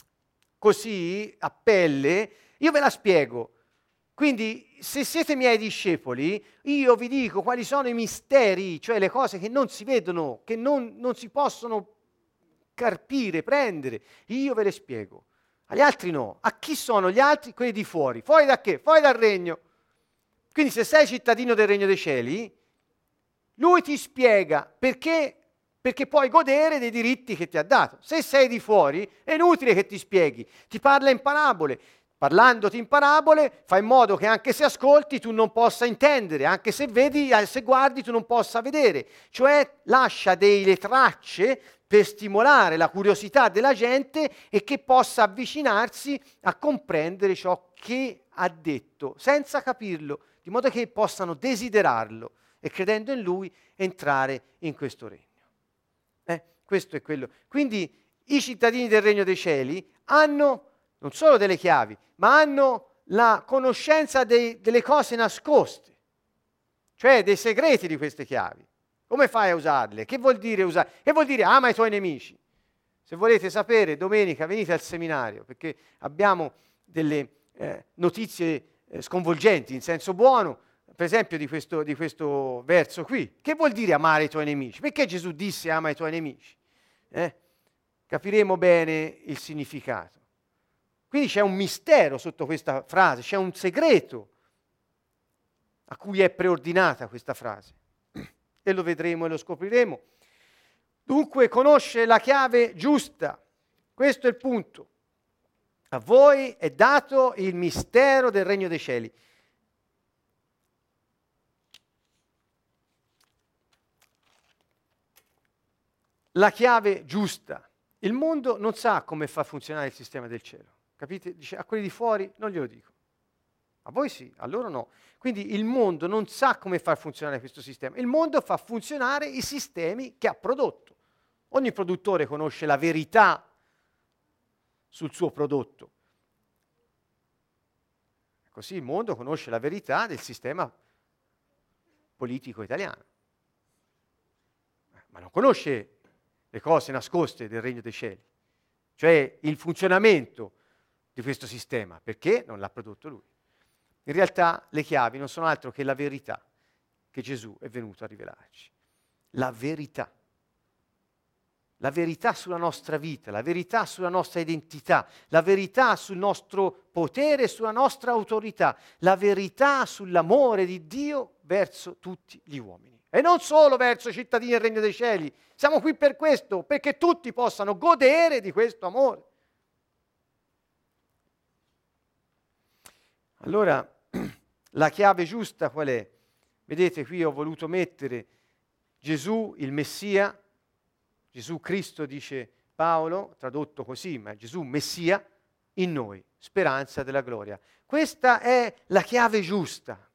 [SPEAKER 1] così a pelle, io ve la spiego. Quindi se siete miei discepoli, io vi dico quali sono i misteri, cioè le cose che non si vedono, che non, non si possono carpire, prendere. Io ve le spiego. Agli altri no. A chi sono gli altri? Quelli di fuori. Fuori da che? Fuori dal regno. Quindi se sei cittadino del regno dei cieli, lui ti spiega perché, perché puoi godere dei diritti che ti ha dato. Se sei di fuori, è inutile che ti spieghi. Ti parla in parabole. Parlandoti in parabole, fa in modo che anche se ascolti tu non possa intendere, anche se vedi, se guardi tu non possa vedere. Cioè lascia delle tracce per stimolare la curiosità della gente e che possa avvicinarsi a comprendere ciò che ha detto, senza capirlo, di modo che possano desiderarlo e credendo in lui entrare in questo regno. Eh, questo è quello. Quindi i cittadini del regno dei cieli hanno non solo delle chiavi, ma hanno la conoscenza dei, delle cose nascoste, cioè dei segreti di queste chiavi. Come fai a usarle? Che vuol dire usare? Che vuol dire ama i tuoi nemici? Se volete sapere, domenica venite al seminario, perché abbiamo delle eh, notizie eh, sconvolgenti, in senso buono, per esempio di questo, di questo verso qui. Che vuol dire amare i tuoi nemici? Perché Gesù disse ama i tuoi nemici? Eh? Capiremo bene il significato. Quindi c'è un mistero sotto questa frase, c'è un segreto a cui è preordinata questa frase. E lo vedremo e lo scopriremo. Dunque conosce la chiave giusta. Questo è il punto. A voi è dato il mistero del regno dei cieli. La chiave giusta. Il mondo non sa come fa funzionare il sistema del cielo. Capite? Dice, a quelli di fuori non glielo dico. A voi sì, a loro no. Quindi il mondo non sa come far funzionare questo sistema. Il mondo fa funzionare i sistemi che ha prodotto. Ogni produttore conosce la verità sul suo prodotto. Così il mondo conosce la verità del sistema politico italiano. Ma non conosce le cose nascoste del regno dei cieli, cioè il funzionamento di questo sistema, perché non l'ha prodotto lui. In realtà le chiavi non sono altro che la verità che Gesù è venuto a rivelarci. La verità. La verità sulla nostra vita, la verità sulla nostra identità, la verità sul nostro potere e sulla nostra autorità, la verità sull'amore di Dio verso tutti gli uomini. E non solo verso i cittadini del Regno dei Cieli. Siamo qui per questo, perché tutti possano godere di questo amore. Allora, La chiave giusta qual è? Vedete, qui ho voluto mettere Gesù, il Messia, Gesù Cristo, dice Paolo, tradotto così, ma Gesù Messia, in noi, speranza della gloria. Questa è la chiave giusta.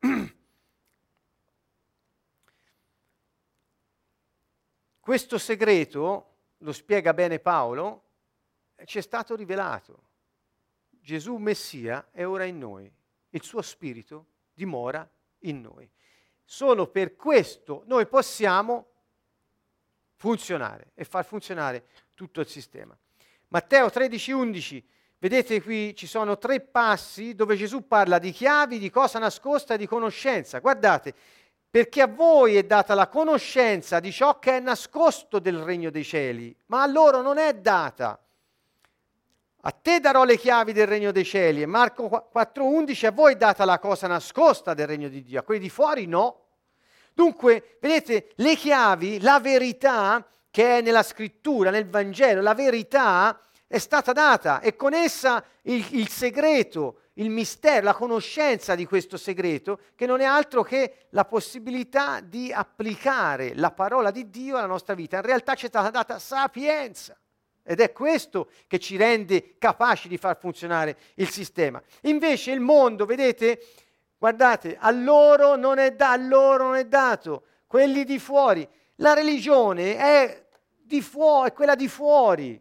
[SPEAKER 1] Questo segreto, lo spiega bene Paolo, ci è stato rivelato. Gesù Messia è ora in noi, il suo spirito dimora in noi. Solo per questo noi possiamo funzionare e far funzionare tutto il sistema. Matteo tredici undici, vedete qui ci sono tre passi dove Gesù parla di chiavi, di cosa nascosta e di conoscenza. Guardate, perché a voi è data la conoscenza di ciò che è nascosto del regno dei cieli, ma a loro non è data. A te darò le chiavi del regno dei cieli. E Marco quattro undici, a voi è data la cosa nascosta del regno di Dio, a quelli di fuori no. Dunque, vedete, le chiavi, la verità che è nella scrittura, nel Vangelo, la verità è stata data e con essa il, il segreto, il mistero, la conoscenza di questo segreto, che non è altro che la possibilità di applicare la parola di Dio alla nostra vita. In realtà ci è stata data sapienza. Ed è questo che ci rende capaci di far funzionare il sistema. Invece il mondo, vedete, guardate, a loro non è, da, a loro non è dato, quelli di fuori. La religione è, di fuori, è quella di fuori.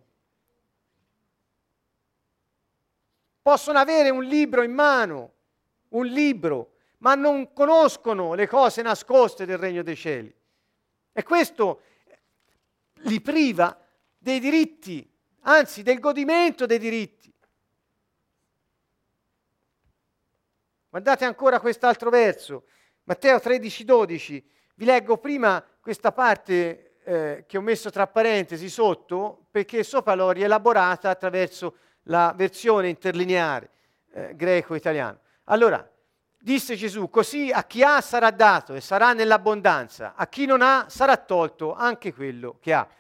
[SPEAKER 1] Possono avere un libro in mano, un libro, ma non conoscono le cose nascoste del regno dei cieli. E questo li priva dei diritti, anzi del godimento dei diritti. Guardate ancora quest'altro verso, Matteo tredici dodici. Vi leggo prima questa parte eh, che ho messo tra parentesi sotto, perché sopra l'ho rielaborata attraverso la versione interlineare eh, greco-italiano. Allora, disse Gesù, così a chi ha sarà dato e sarà nell'abbondanza, a chi non ha sarà tolto anche quello che ha.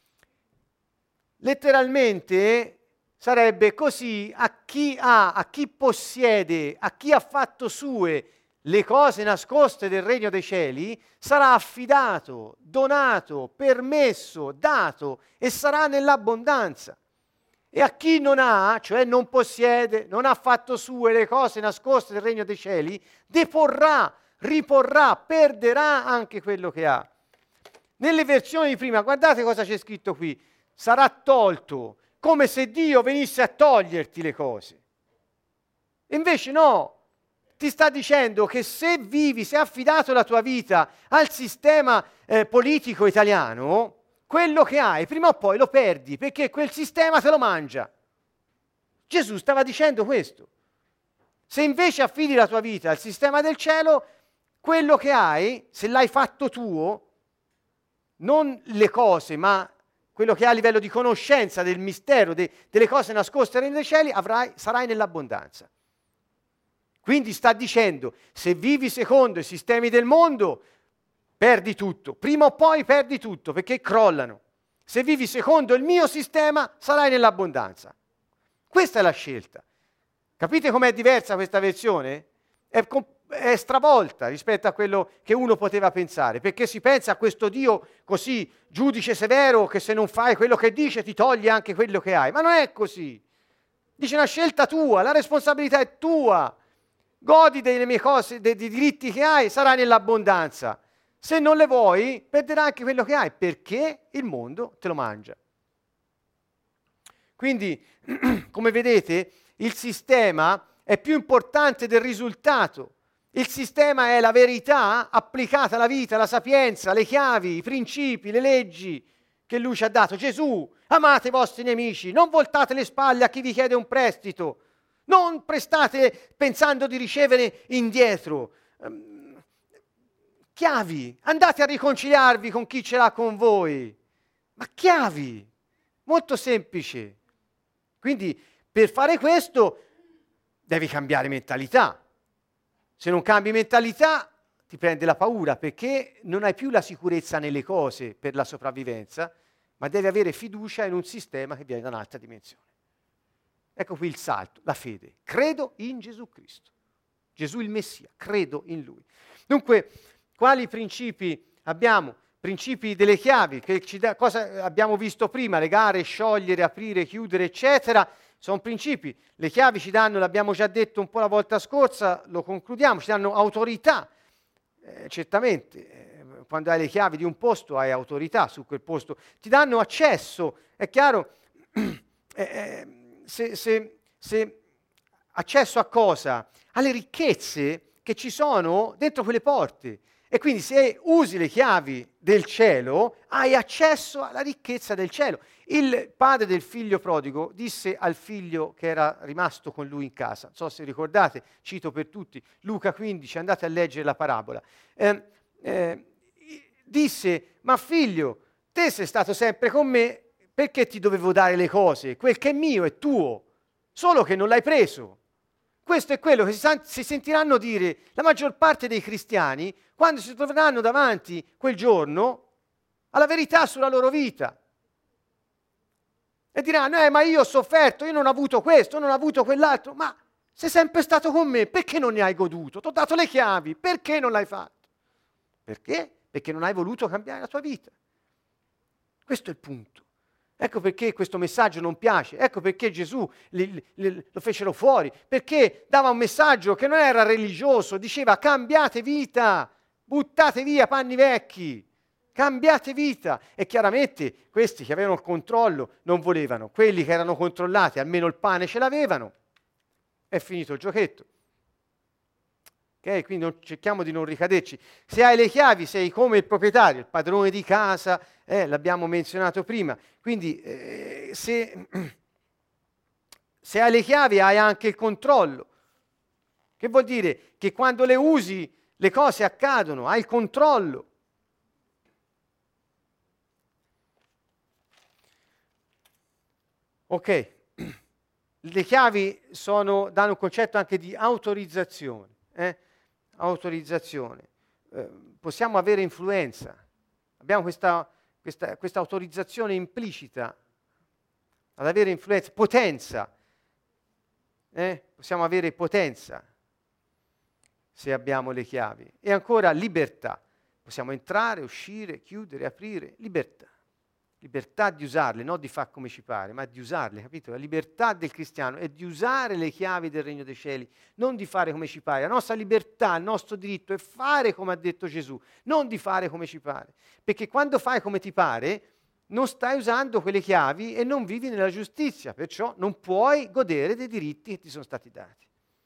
[SPEAKER 1] Letteralmente sarebbe così a chi ha, a chi possiede, a chi ha fatto sue le cose nascoste del regno dei cieli, sarà affidato, donato, permesso, dato e sarà nell'abbondanza. E a chi non ha, cioè non possiede, non ha fatto sue le cose nascoste del regno dei cieli, deporrà, riporrà, perderà anche quello che ha. Nelle versioni di prima, guardate cosa c'è scritto qui. Sarà tolto, come se Dio venisse a toglierti le cose. Invece no, ti sta dicendo che se vivi, se hai affidato la tua vita al sistema eh, politico italiano, quello che hai prima o poi lo perdi, perché quel sistema te lo mangia. Gesù stava dicendo questo. Se invece affidi la tua vita al sistema del cielo, quello che hai, se l'hai fatto tuo, non le cose, ma quello che hai a livello di conoscenza del mistero, de, delle cose nascoste nei cieli, avrai, sarai nell'abbondanza. Quindi sta dicendo, se vivi secondo i sistemi del mondo, perdi tutto. Prima o poi perdi tutto, perché crollano. Se vivi secondo il mio sistema, sarai nell'abbondanza. Questa è la scelta. Capite com'è diversa questa versione? È comp- è stravolta rispetto a quello che uno poteva pensare, perché si pensa a questo Dio così giudice severo che se non fai quello che dice ti toglie anche quello che hai, ma non è così. Dice una scelta tua, la responsabilità è tua, godi delle mie cose, dei, dei diritti che hai, sarai nell'abbondanza. Se non le vuoi, perderai anche quello che hai, perché il mondo te lo mangia. Quindi, come vedete, il sistema è più importante del risultato. Il sistema è la verità applicata alla vita, la sapienza, le chiavi, i principi, le leggi che lui ci ha dato. Gesù, amate i vostri nemici, non voltate le spalle a chi vi chiede un prestito, non prestate pensando di ricevere indietro. Chiavi, andate a riconciliarvi con chi ce l'ha con voi. Ma chiavi, molto semplice. Quindi per fare questo devi cambiare mentalità. Se non cambi mentalità ti prende la paura, perché non hai più la sicurezza nelle cose per la sopravvivenza, ma devi avere fiducia in un sistema che viene da un'altra dimensione. Ecco qui il salto, la fede. Credo in Gesù Cristo. Gesù il Messia, credo in Lui. Dunque, quali principi abbiamo? Principi delle chiavi, che ci da, cosa abbiamo visto prima, legare, sciogliere, aprire, chiudere, eccetera. Sono principi. Le chiavi ci danno, l'abbiamo già detto un po' la volta scorsa, lo concludiamo, ci danno autorità. Eh, certamente, eh, quando hai le chiavi di un posto hai autorità su quel posto. Ti danno accesso, è chiaro, eh, se, se, se accesso a cosa? Alle ricchezze che ci sono dentro quelle porte. E quindi se usi le chiavi del cielo, hai accesso alla ricchezza del cielo. Il padre del figlio prodigo disse al figlio che era rimasto con lui in casa, non so se ricordate, cito per tutti, Luca quindici, andate a leggere la parabola, eh, eh, disse, ma figlio, te sei stato sempre con me, perché ti dovevo dare le cose? Quel che è mio è tuo, solo che non l'hai preso. Questo è quello che si, si sentiranno dire la maggior parte dei cristiani quando si troveranno davanti quel giorno alla verità sulla loro vita. E diranno, eh, ma io ho sofferto, io non ho avuto questo, non ho avuto quell'altro, ma sei sempre stato con me, perché non ne hai goduto? Ti ho dato le chiavi, perché non l'hai fatto? Perché? Perché non hai voluto cambiare la tua vita. Questo è il punto. Ecco perché questo messaggio non piace, ecco perché Gesù li, li, lo fecero fuori, perché dava un messaggio che non era religioso, diceva cambiate vita, buttate via panni vecchi, cambiate vita. E chiaramente questi che avevano il controllo non volevano, quelli che erano controllati almeno il pane ce l'avevano. È finito il giochetto. Ok? Quindi non, cerchiamo di non ricaderci. Se hai le chiavi sei come il proprietario, il padrone di casa, eh, l'abbiamo menzionato prima. Quindi eh, se, se hai le chiavi hai anche il controllo. Che vuol dire? Che quando le usi le cose accadono, hai il controllo. Ok, le chiavi sono, danno un concetto anche di autorizzazione. Eh? Autorizzazione. Eh, possiamo avere influenza. Abbiamo questa, questa, questa autorizzazione implicita ad avere influenza, potenza. Eh? Possiamo avere potenza se abbiamo le chiavi. E ancora libertà. Possiamo entrare, uscire, chiudere, aprire. Libertà. Libertà di usarle, non di fare come ci pare, ma di usarle, capito? La libertà del cristiano è di usare le chiavi del regno dei cieli, non di fare come ci pare. La nostra libertà, il nostro diritto è fare come ha detto Gesù, non di fare come ci pare. Perché quando fai come ti pare, non stai usando quelle chiavi e non vivi nella giustizia, perciò non puoi godere dei diritti che ti sono stati dati.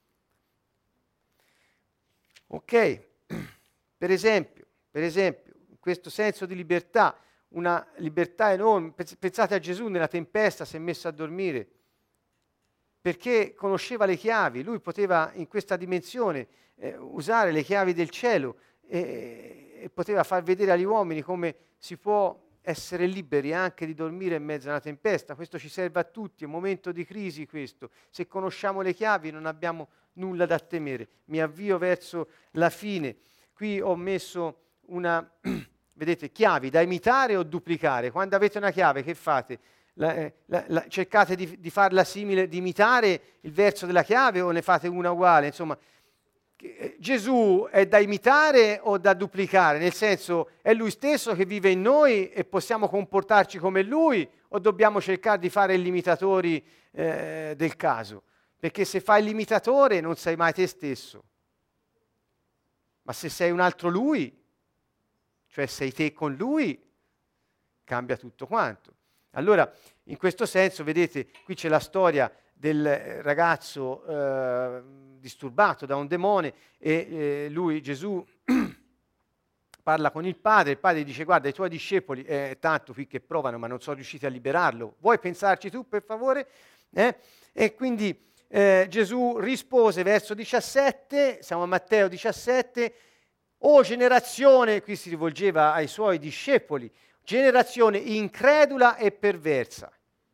[SPEAKER 1] Ok? Per esempio, per esempio, in questo senso di libertà, una libertà enorme. Pensate a Gesù nella tempesta, si è messo a dormire, perché conosceva le chiavi, lui poteva in questa dimensione eh, usare le chiavi del cielo e, e poteva far vedere agli uomini come si può essere liberi anche di dormire in mezzo a una tempesta. Questo ci serve a tutti, è un momento di crisi questo. Se conosciamo le chiavi non abbiamo nulla da temere. Mi avvio verso la fine. Qui ho messo una... Vedete, chiavi da imitare o duplicare. Quando avete una chiave, che fate? La, eh, la, la, cercate di, di farla simile, di imitare il verso della chiave o ne fate una uguale? Insomma, eh, Gesù è da imitare o da duplicare? Nel senso, è Lui stesso che vive in noi e possiamo comportarci come Lui o dobbiamo cercare di fare gli imitatori eh, del caso? Perché se fai l'imitatore non sei mai te stesso. Ma se sei un altro Lui, cioè sei te con lui, cambia tutto quanto. Allora, in questo senso, vedete, qui c'è la storia del ragazzo eh, disturbato da un demone e eh, lui, Gesù, parla con il padre, il padre dice, guarda, i tuoi discepoli, è tanto qui che provano, ma non sono riusciti a liberarlo, vuoi pensarci tu, per favore? Eh? E quindi eh, Gesù rispose, verso diciassette, siamo a Matteo diciassette, o generazione, qui si rivolgeva ai suoi discepoli, generazione incredula e perversa.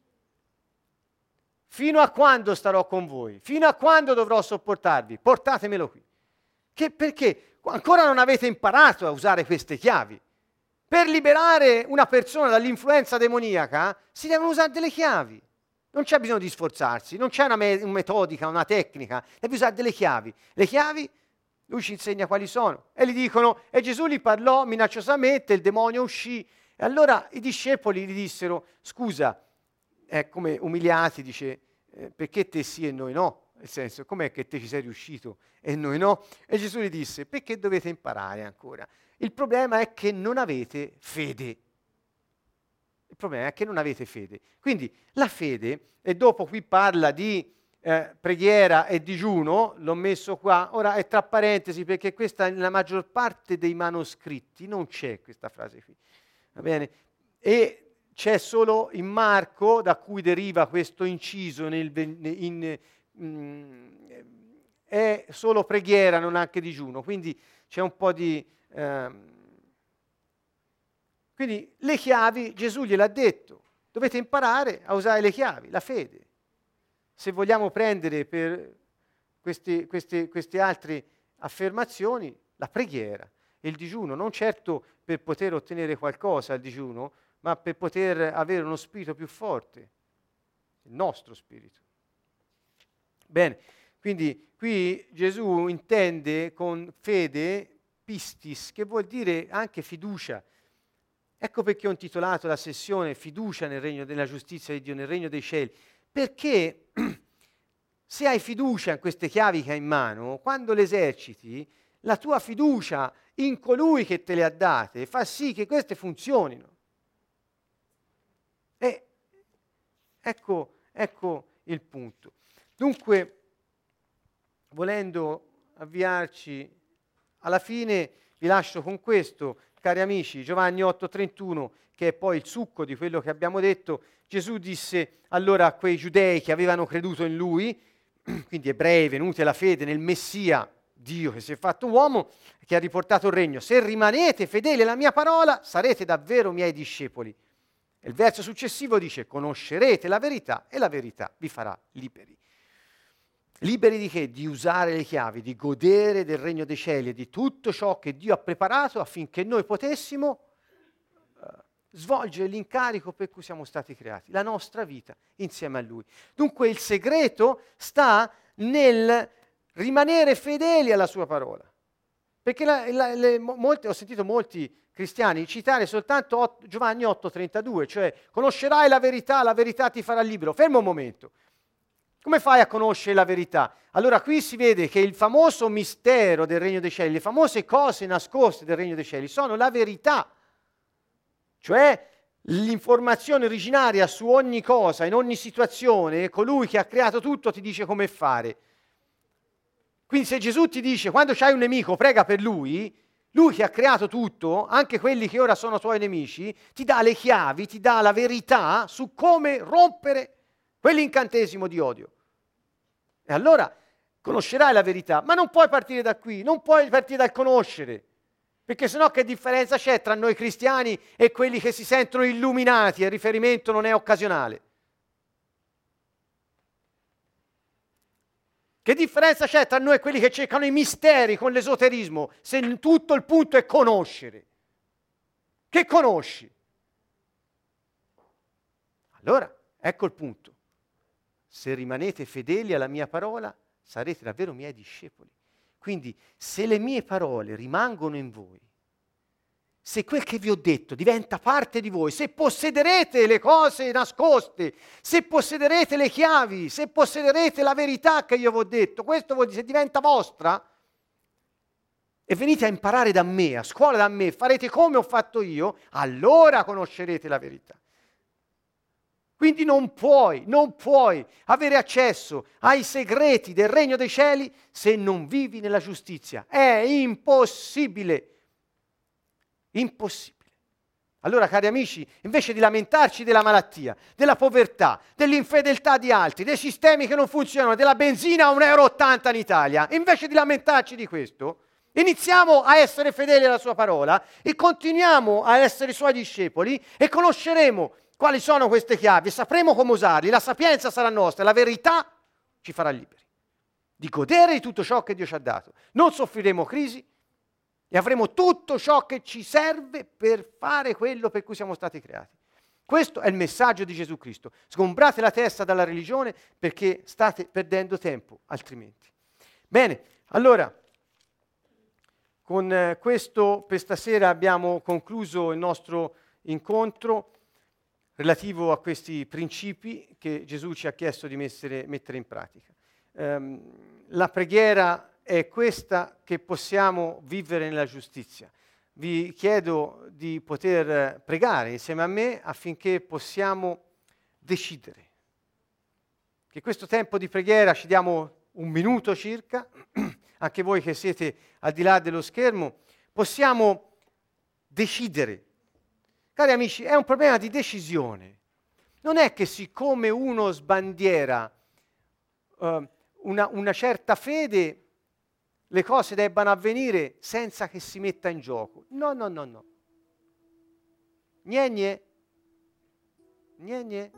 [SPEAKER 1] Fino a quando starò con voi? Fino a quando dovrò sopportarvi? Portatemelo qui. Che, perché ancora non avete imparato a usare queste chiavi. Per liberare una persona dall'influenza demoniaca si devono usare delle chiavi. Non c'è bisogno di sforzarsi, non c'è una, me- una metodica, una tecnica, devi usare delle chiavi. Le chiavi, lui ci insegna quali sono. E gli dicono, e Gesù gli parlò minacciosamente, il demonio uscì. E allora i discepoli gli dissero, scusa, è come umiliati, dice, eh, perché te sì e noi no? Nel senso, com'è che te ci sei riuscito e noi no? E Gesù gli disse, perché dovete imparare ancora? Il problema è che non avete fede. Il problema è che non avete fede. Quindi la fede, e dopo qui parla di eh, preghiera e digiuno, l'ho messo qua, ora è tra parentesi perché questa nella maggior parte dei manoscritti non c'è questa frase qui, va bene? E c'è solo in Marco, da cui deriva questo inciso, nel, in, in, è solo preghiera, non anche digiuno, quindi c'è un po' di... Eh, Quindi le chiavi, Gesù gliel'ha detto, dovete imparare a usare le chiavi, la fede. Se vogliamo prendere per queste, queste, queste altre affermazioni, la preghiera e il digiuno, non certo per poter ottenere qualcosa il digiuno, ma per poter avere uno spirito più forte, il nostro spirito. Bene, quindi qui Gesù intende con fede pistis, che vuol dire anche fiducia. Ecco perché ho intitolato la sessione Fiducia nel regno della giustizia di Dio, nel regno dei cieli, perché se hai fiducia in queste chiavi che hai in mano, quando le eserciti, la tua fiducia in colui che te le ha date fa sì che queste funzionino. E ecco, ecco il punto. Dunque, volendo avviarci alla fine, vi lascio con questo. Cari amici, Giovanni otto trentuno, che è poi il succo di quello che abbiamo detto, Gesù disse allora a quei giudei che avevano creduto in lui, quindi ebrei venuti alla fede nel Messia, Dio che si è fatto uomo, che ha riportato il regno, se rimanete fedeli alla mia parola, sarete davvero miei discepoli. E il verso successivo dice, conoscerete la verità e la verità vi farà liberi. Liberi di che? Di usare le chiavi, di godere del regno dei cieli e di tutto ciò che Dio ha preparato affinché noi potessimo uh, svolgere l'incarico per cui siamo stati creati, la nostra vita insieme a Lui. Dunque il segreto sta nel rimanere fedeli alla sua parola. Perché la, la, le, molte, ho sentito molti cristiani citare soltanto otto, Giovanni otto trentadue, cioè conoscerai la verità, la verità ti farà libero. Fermo un momento. Come fai a conoscere la verità? Allora qui si vede che il famoso mistero del regno dei cieli, le famose cose nascoste del regno dei cieli sono la verità, cioè l'informazione originaria su ogni cosa, in ogni situazione, colui che ha creato tutto ti dice come fare. Quindi se Gesù ti dice quando c'hai un nemico prega per lui, lui che ha creato tutto, anche quelli che ora sono tuoi nemici, ti dà le chiavi, ti dà la verità su come rompere quell'incantesimo di odio. E allora conoscerai la verità, ma non puoi partire da qui, non puoi partire dal conoscere, perché sennò che differenza c'è tra noi cristiani e quelli che si sentono illuminati e il riferimento non è occasionale? Che differenza c'è tra noi e quelli che cercano i misteri con l'esoterismo, se tutto il punto è conoscere? Che conosci? Allora, ecco il punto. Se rimanete fedeli alla mia parola, sarete davvero miei discepoli. Quindi, se le mie parole rimangono in voi, se quel che vi ho detto diventa parte di voi, se possederete le cose nascoste, se possederete le chiavi, se possederete la verità che io vi ho detto, questo vuol dire se diventa vostra, e venite a imparare da me, a scuola da me, farete come ho fatto io, allora conoscerete la verità. Quindi non puoi, non puoi avere accesso ai segreti del regno dei cieli se non vivi nella giustizia. È impossibile. Impossibile. Allora, cari amici, invece di lamentarci della malattia, della povertà, dell'infedeltà di altri, dei sistemi che non funzionano, della benzina a un euro e ottanta in Italia, invece di lamentarci di questo, iniziamo a essere fedeli alla sua parola e continuiamo a essere i suoi discepoli e conosceremo quali sono queste chiavi e sapremo come usarli. La sapienza sarà nostra, la verità ci farà liberi di godere di tutto ciò che Dio ci ha dato. Non soffriremo crisi e avremo tutto ciò che ci serve per fare quello per cui siamo stati creati. Questo è il messaggio di Gesù Cristo. Sgombrate la testa dalla religione perché state perdendo tempo altrimenti. Bene, allora, con eh, questo per stasera abbiamo concluso il nostro incontro relativo a questi principi che Gesù ci ha chiesto di messere, mettere in pratica. Um, la preghiera è questa che possiamo vivere nella giustizia. Vi chiedo di poter pregare insieme a me affinché possiamo decidere. Che questo tempo di preghiera ci diamo un minuto circa, anche voi che siete al di là dello schermo, possiamo decidere. Cari amici, è un problema di decisione. Non è che siccome uno sbandiera uh, una, una certa fede, le cose debbano avvenire senza che si metta in gioco. No, no, no, no. Gne, gne. Gne, gne.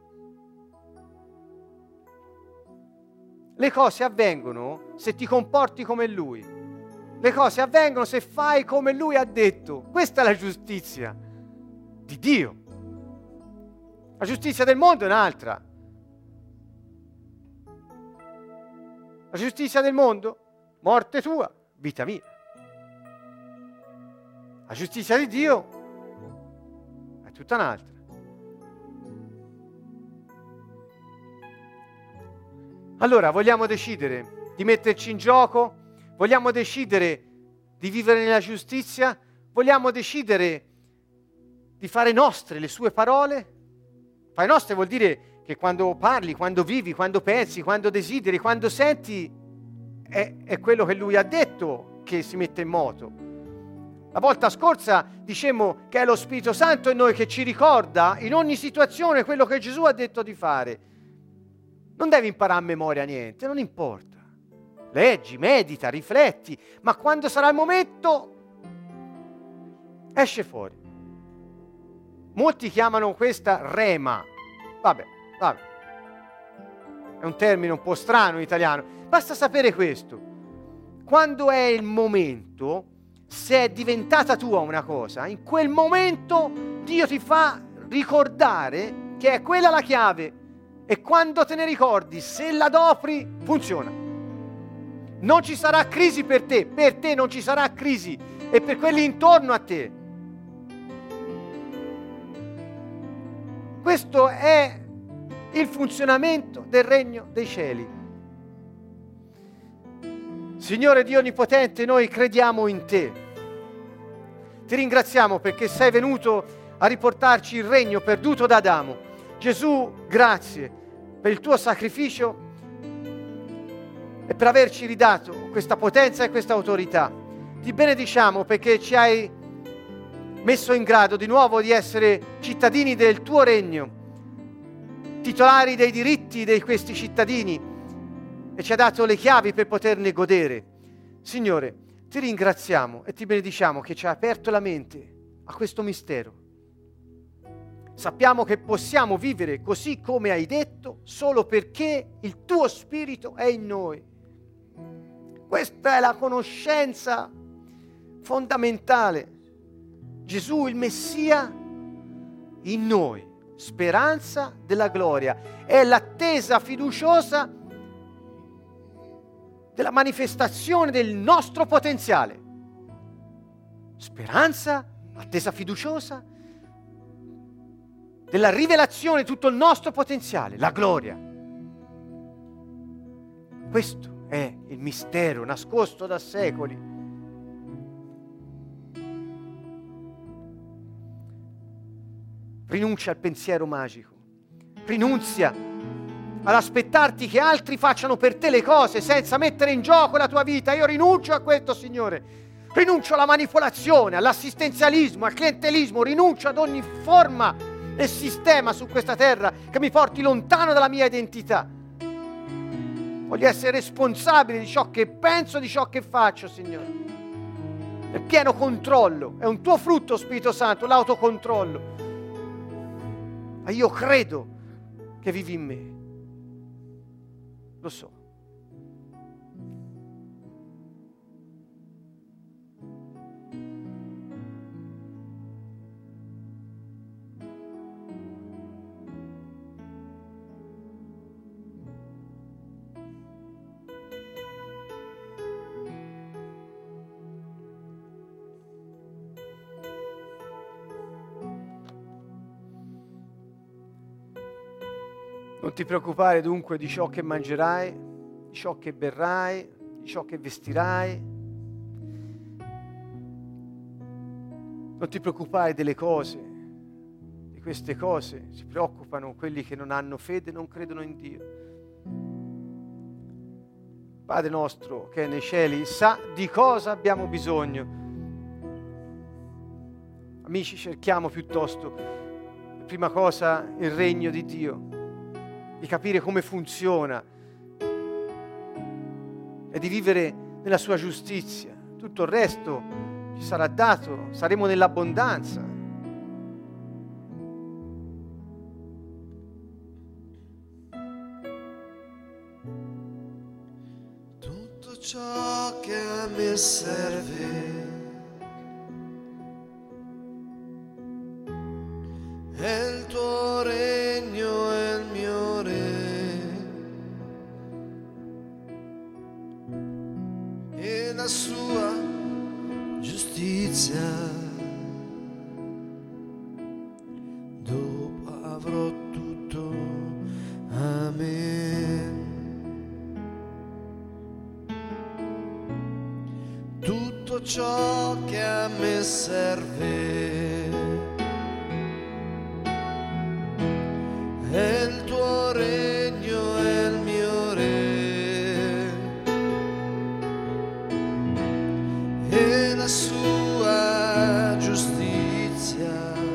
[SPEAKER 1] Le cose avvengono se ti comporti come lui. Le cose avvengono se fai come lui ha detto. Questa è la giustizia di Dio. La giustizia del mondo è un'altra. La giustizia del mondo? Morte tua, vita mia. La giustizia di Dio è tutta un'altra. Allora, vogliamo decidere di metterci in gioco? Vogliamo decidere di vivere nella giustizia? Vogliamo decidere di fare nostre le sue parole? Fare nostre vuol dire che quando parli, quando vivi, quando pensi, quando desideri, quando senti, è, è quello che lui ha detto che si mette in moto. La volta scorsa dicemmo che è lo Spirito Santo in noi che ci ricorda in ogni situazione quello che Gesù ha detto di fare. Non devi imparare a memoria niente, non importa. Leggi, medita, rifletti, ma quando sarà il momento esce fuori. Molti chiamano questa rema. Vabbè, vabbè. È un termine un po' strano in italiano. Basta sapere questo. Quando è il momento, se è diventata tua una cosa, in quel momento Dio ti fa ricordare che è quella la chiave. E quando te ne ricordi, se la adopri, funziona. Non ci sarà crisi per te, per te non ci sarà crisi e per quelli intorno a te. Questo è il funzionamento del regno dei cieli. Signore Dio Onnipotente, noi crediamo in te. Ti ringraziamo perché sei venuto a riportarci il regno perduto da Adamo. Gesù, grazie per il tuo sacrificio e per averci ridato questa potenza e questa autorità. Ti benediciamo perché ci hai messo in grado di nuovo di essere cittadini del tuo regno, titolari dei diritti di questi cittadini, e ci ha dato le chiavi per poterne godere. Signore, ti ringraziamo e ti benediciamo che ci hai aperto la mente a questo mistero. Sappiamo che possiamo vivere così come hai detto solo perché il tuo Spirito è in noi. Questa è la conoscenza fondamentale. Gesù, il Messia, in noi, speranza della gloria. È l'attesa fiduciosa della manifestazione del nostro potenziale. Speranza, attesa fiduciosa della rivelazione di tutto il nostro potenziale, la gloria. Questo è il mistero nascosto da secoli. Rinuncia al pensiero magico, rinunzia ad aspettarti che altri facciano per te le cose senza mettere in gioco la tua vita. Io rinuncio a questo, Signore. Rinuncio alla manipolazione, all'assistenzialismo, al clientelismo, rinuncio ad ogni forma e sistema su questa terra che mi porti lontano dalla mia identità. Voglio essere responsabile di ciò che penso, di ciò che faccio, Signore. Nel pieno controllo. È un tuo frutto, Spirito Santo, l'autocontrollo. Ma io credo che vivi in me. Lo so. Non ti preoccupare dunque di ciò che mangerai, di ciò che berrai, di ciò che vestirai. Non ti preoccupare delle cose, di queste cose si preoccupano quelli che non hanno fede e non credono in Dio. Padre nostro che è nei cieli sa di cosa abbiamo bisogno. Amici, cerchiamo piuttosto, prima cosa, il regno di Dio, di capire come funziona e di vivere nella sua giustizia. Tutto il resto ci sarà dato, saremo nell'abbondanza.
[SPEAKER 2] Tutto ciò che a me serve è il tuo regno e il mio re e la sua giustizia. Dopo avrò tutto. Amen. Tutto ciò che a me serve è il tuo regno e il mio re e la sua giustizia.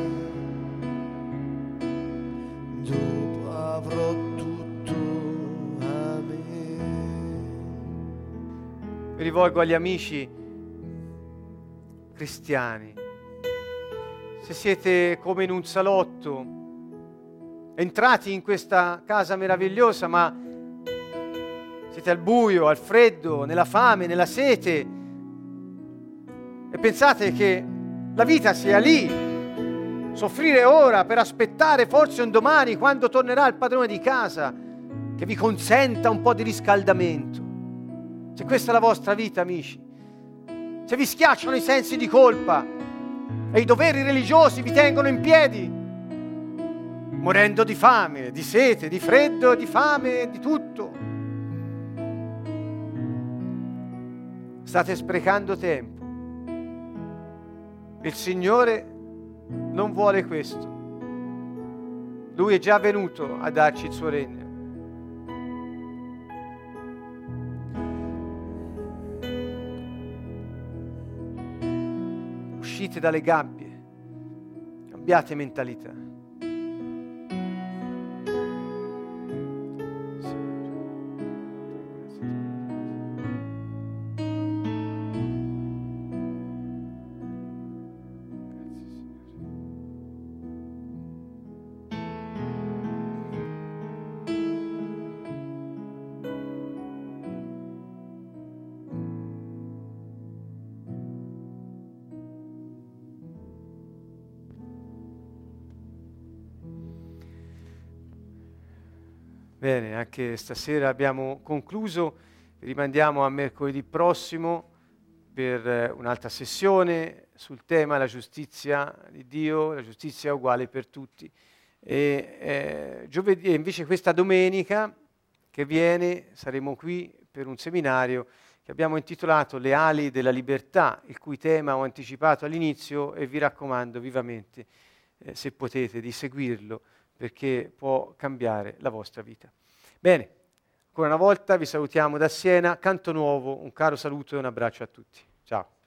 [SPEAKER 2] Dopo avrò tutto. Amen.
[SPEAKER 1] Mi rivolgo agli amici cristiani. Se siete come in un salotto, entrati in questa casa meravigliosa, ma siete al buio, al freddo, nella fame, nella sete, e pensate che la vita sia lì, soffrire ora per aspettare forse un domani, quando tornerà il padrone di casa, che vi consenta un po' di riscaldamento. Se questa è la vostra vita, amici, se vi schiacciano i sensi di colpa e i doveri religiosi vi tengono in piedi, morendo di fame, di sete, di freddo, di fame, di tutto, state sprecando tempo. Il Signore non vuole questo. Lui è già venuto a darci il suo regno. Uscite dalle gabbie, cambiate mentalità. Bene, anche stasera abbiamo concluso, vi rimandiamo a mercoledì prossimo per eh, un'altra sessione sul tema la giustizia di Dio, la giustizia uguale per tutti. E eh, giovedì, invece questa domenica che viene saremo qui per un seminario che abbiamo intitolato Le ali della libertà, il cui tema ho anticipato all'inizio e vi raccomando vivamente, eh, se potete, di seguirlo, perché può cambiare la vostra vita. Bene, ancora una volta vi salutiamo da Siena, Canto Nuovo, un caro saluto e un abbraccio a tutti. Ciao.